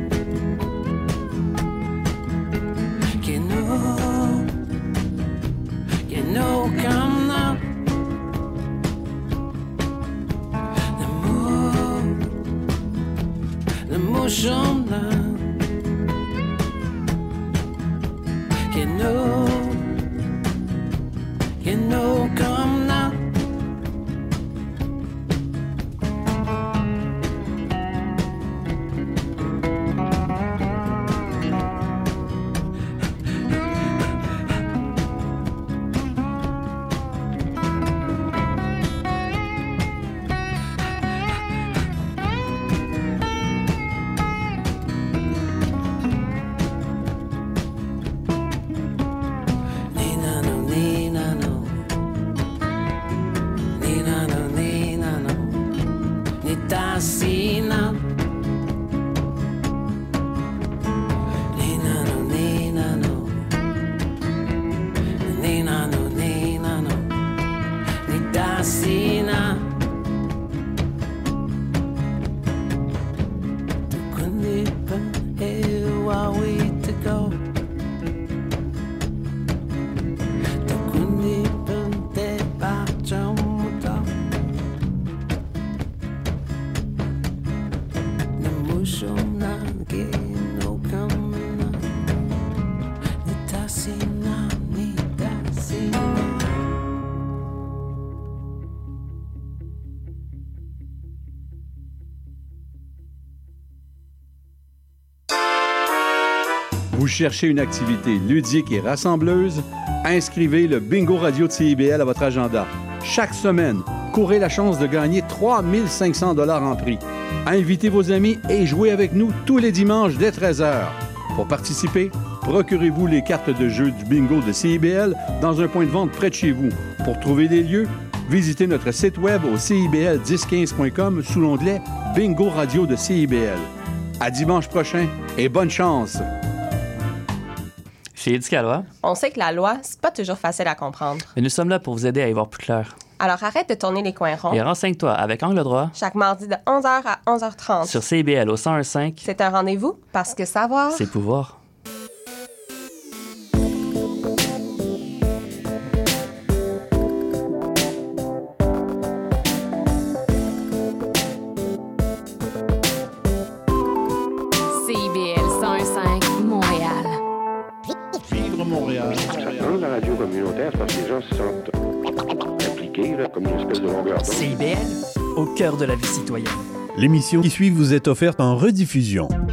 Che no Che no come now Emotion can no can no come now Vous cherchez une activité ludique et rassembleuse? Inscrivez le Bingo Radio de C I B L à votre agenda. Chaque semaine, courez la chance de gagner trois mille cinq cents dollars en prix. Invitez vos amis et jouez avec nous tous les dimanches dès treize heures. Pour participer, procurez-vous les cartes de jeu du bingo de C I B L dans un point de vente près de chez vous. Pour trouver des lieux, visitez notre site web au C I B L dix quinze point com sous l'onglet Bingo Radio de C I B L. À dimanche prochain et bonne chance! Chez Éducalois, on sait que la loi, c'est pas toujours facile à comprendre. Mais nous sommes là pour vous aider à y voir plus clair. Alors arrête de tourner les coins ronds. Et renseigne-toi avec Angle droit. Chaque mardi de onze heures à onze heures trente. Sur C I B L au cent un virgule cinq. C'est un rendez-vous parce que savoir... c'est pouvoir. C I B L cent un virgule cinq, Montréal. Vivre Montréal. Dans la radio communautaire, c'est parce que les gens se sentent impliqués, là, comme une espèce de longueur d'onde. C I B L, au cœur de la vie citoyenne. L'émission qui suit vous est offerte en rediffusion.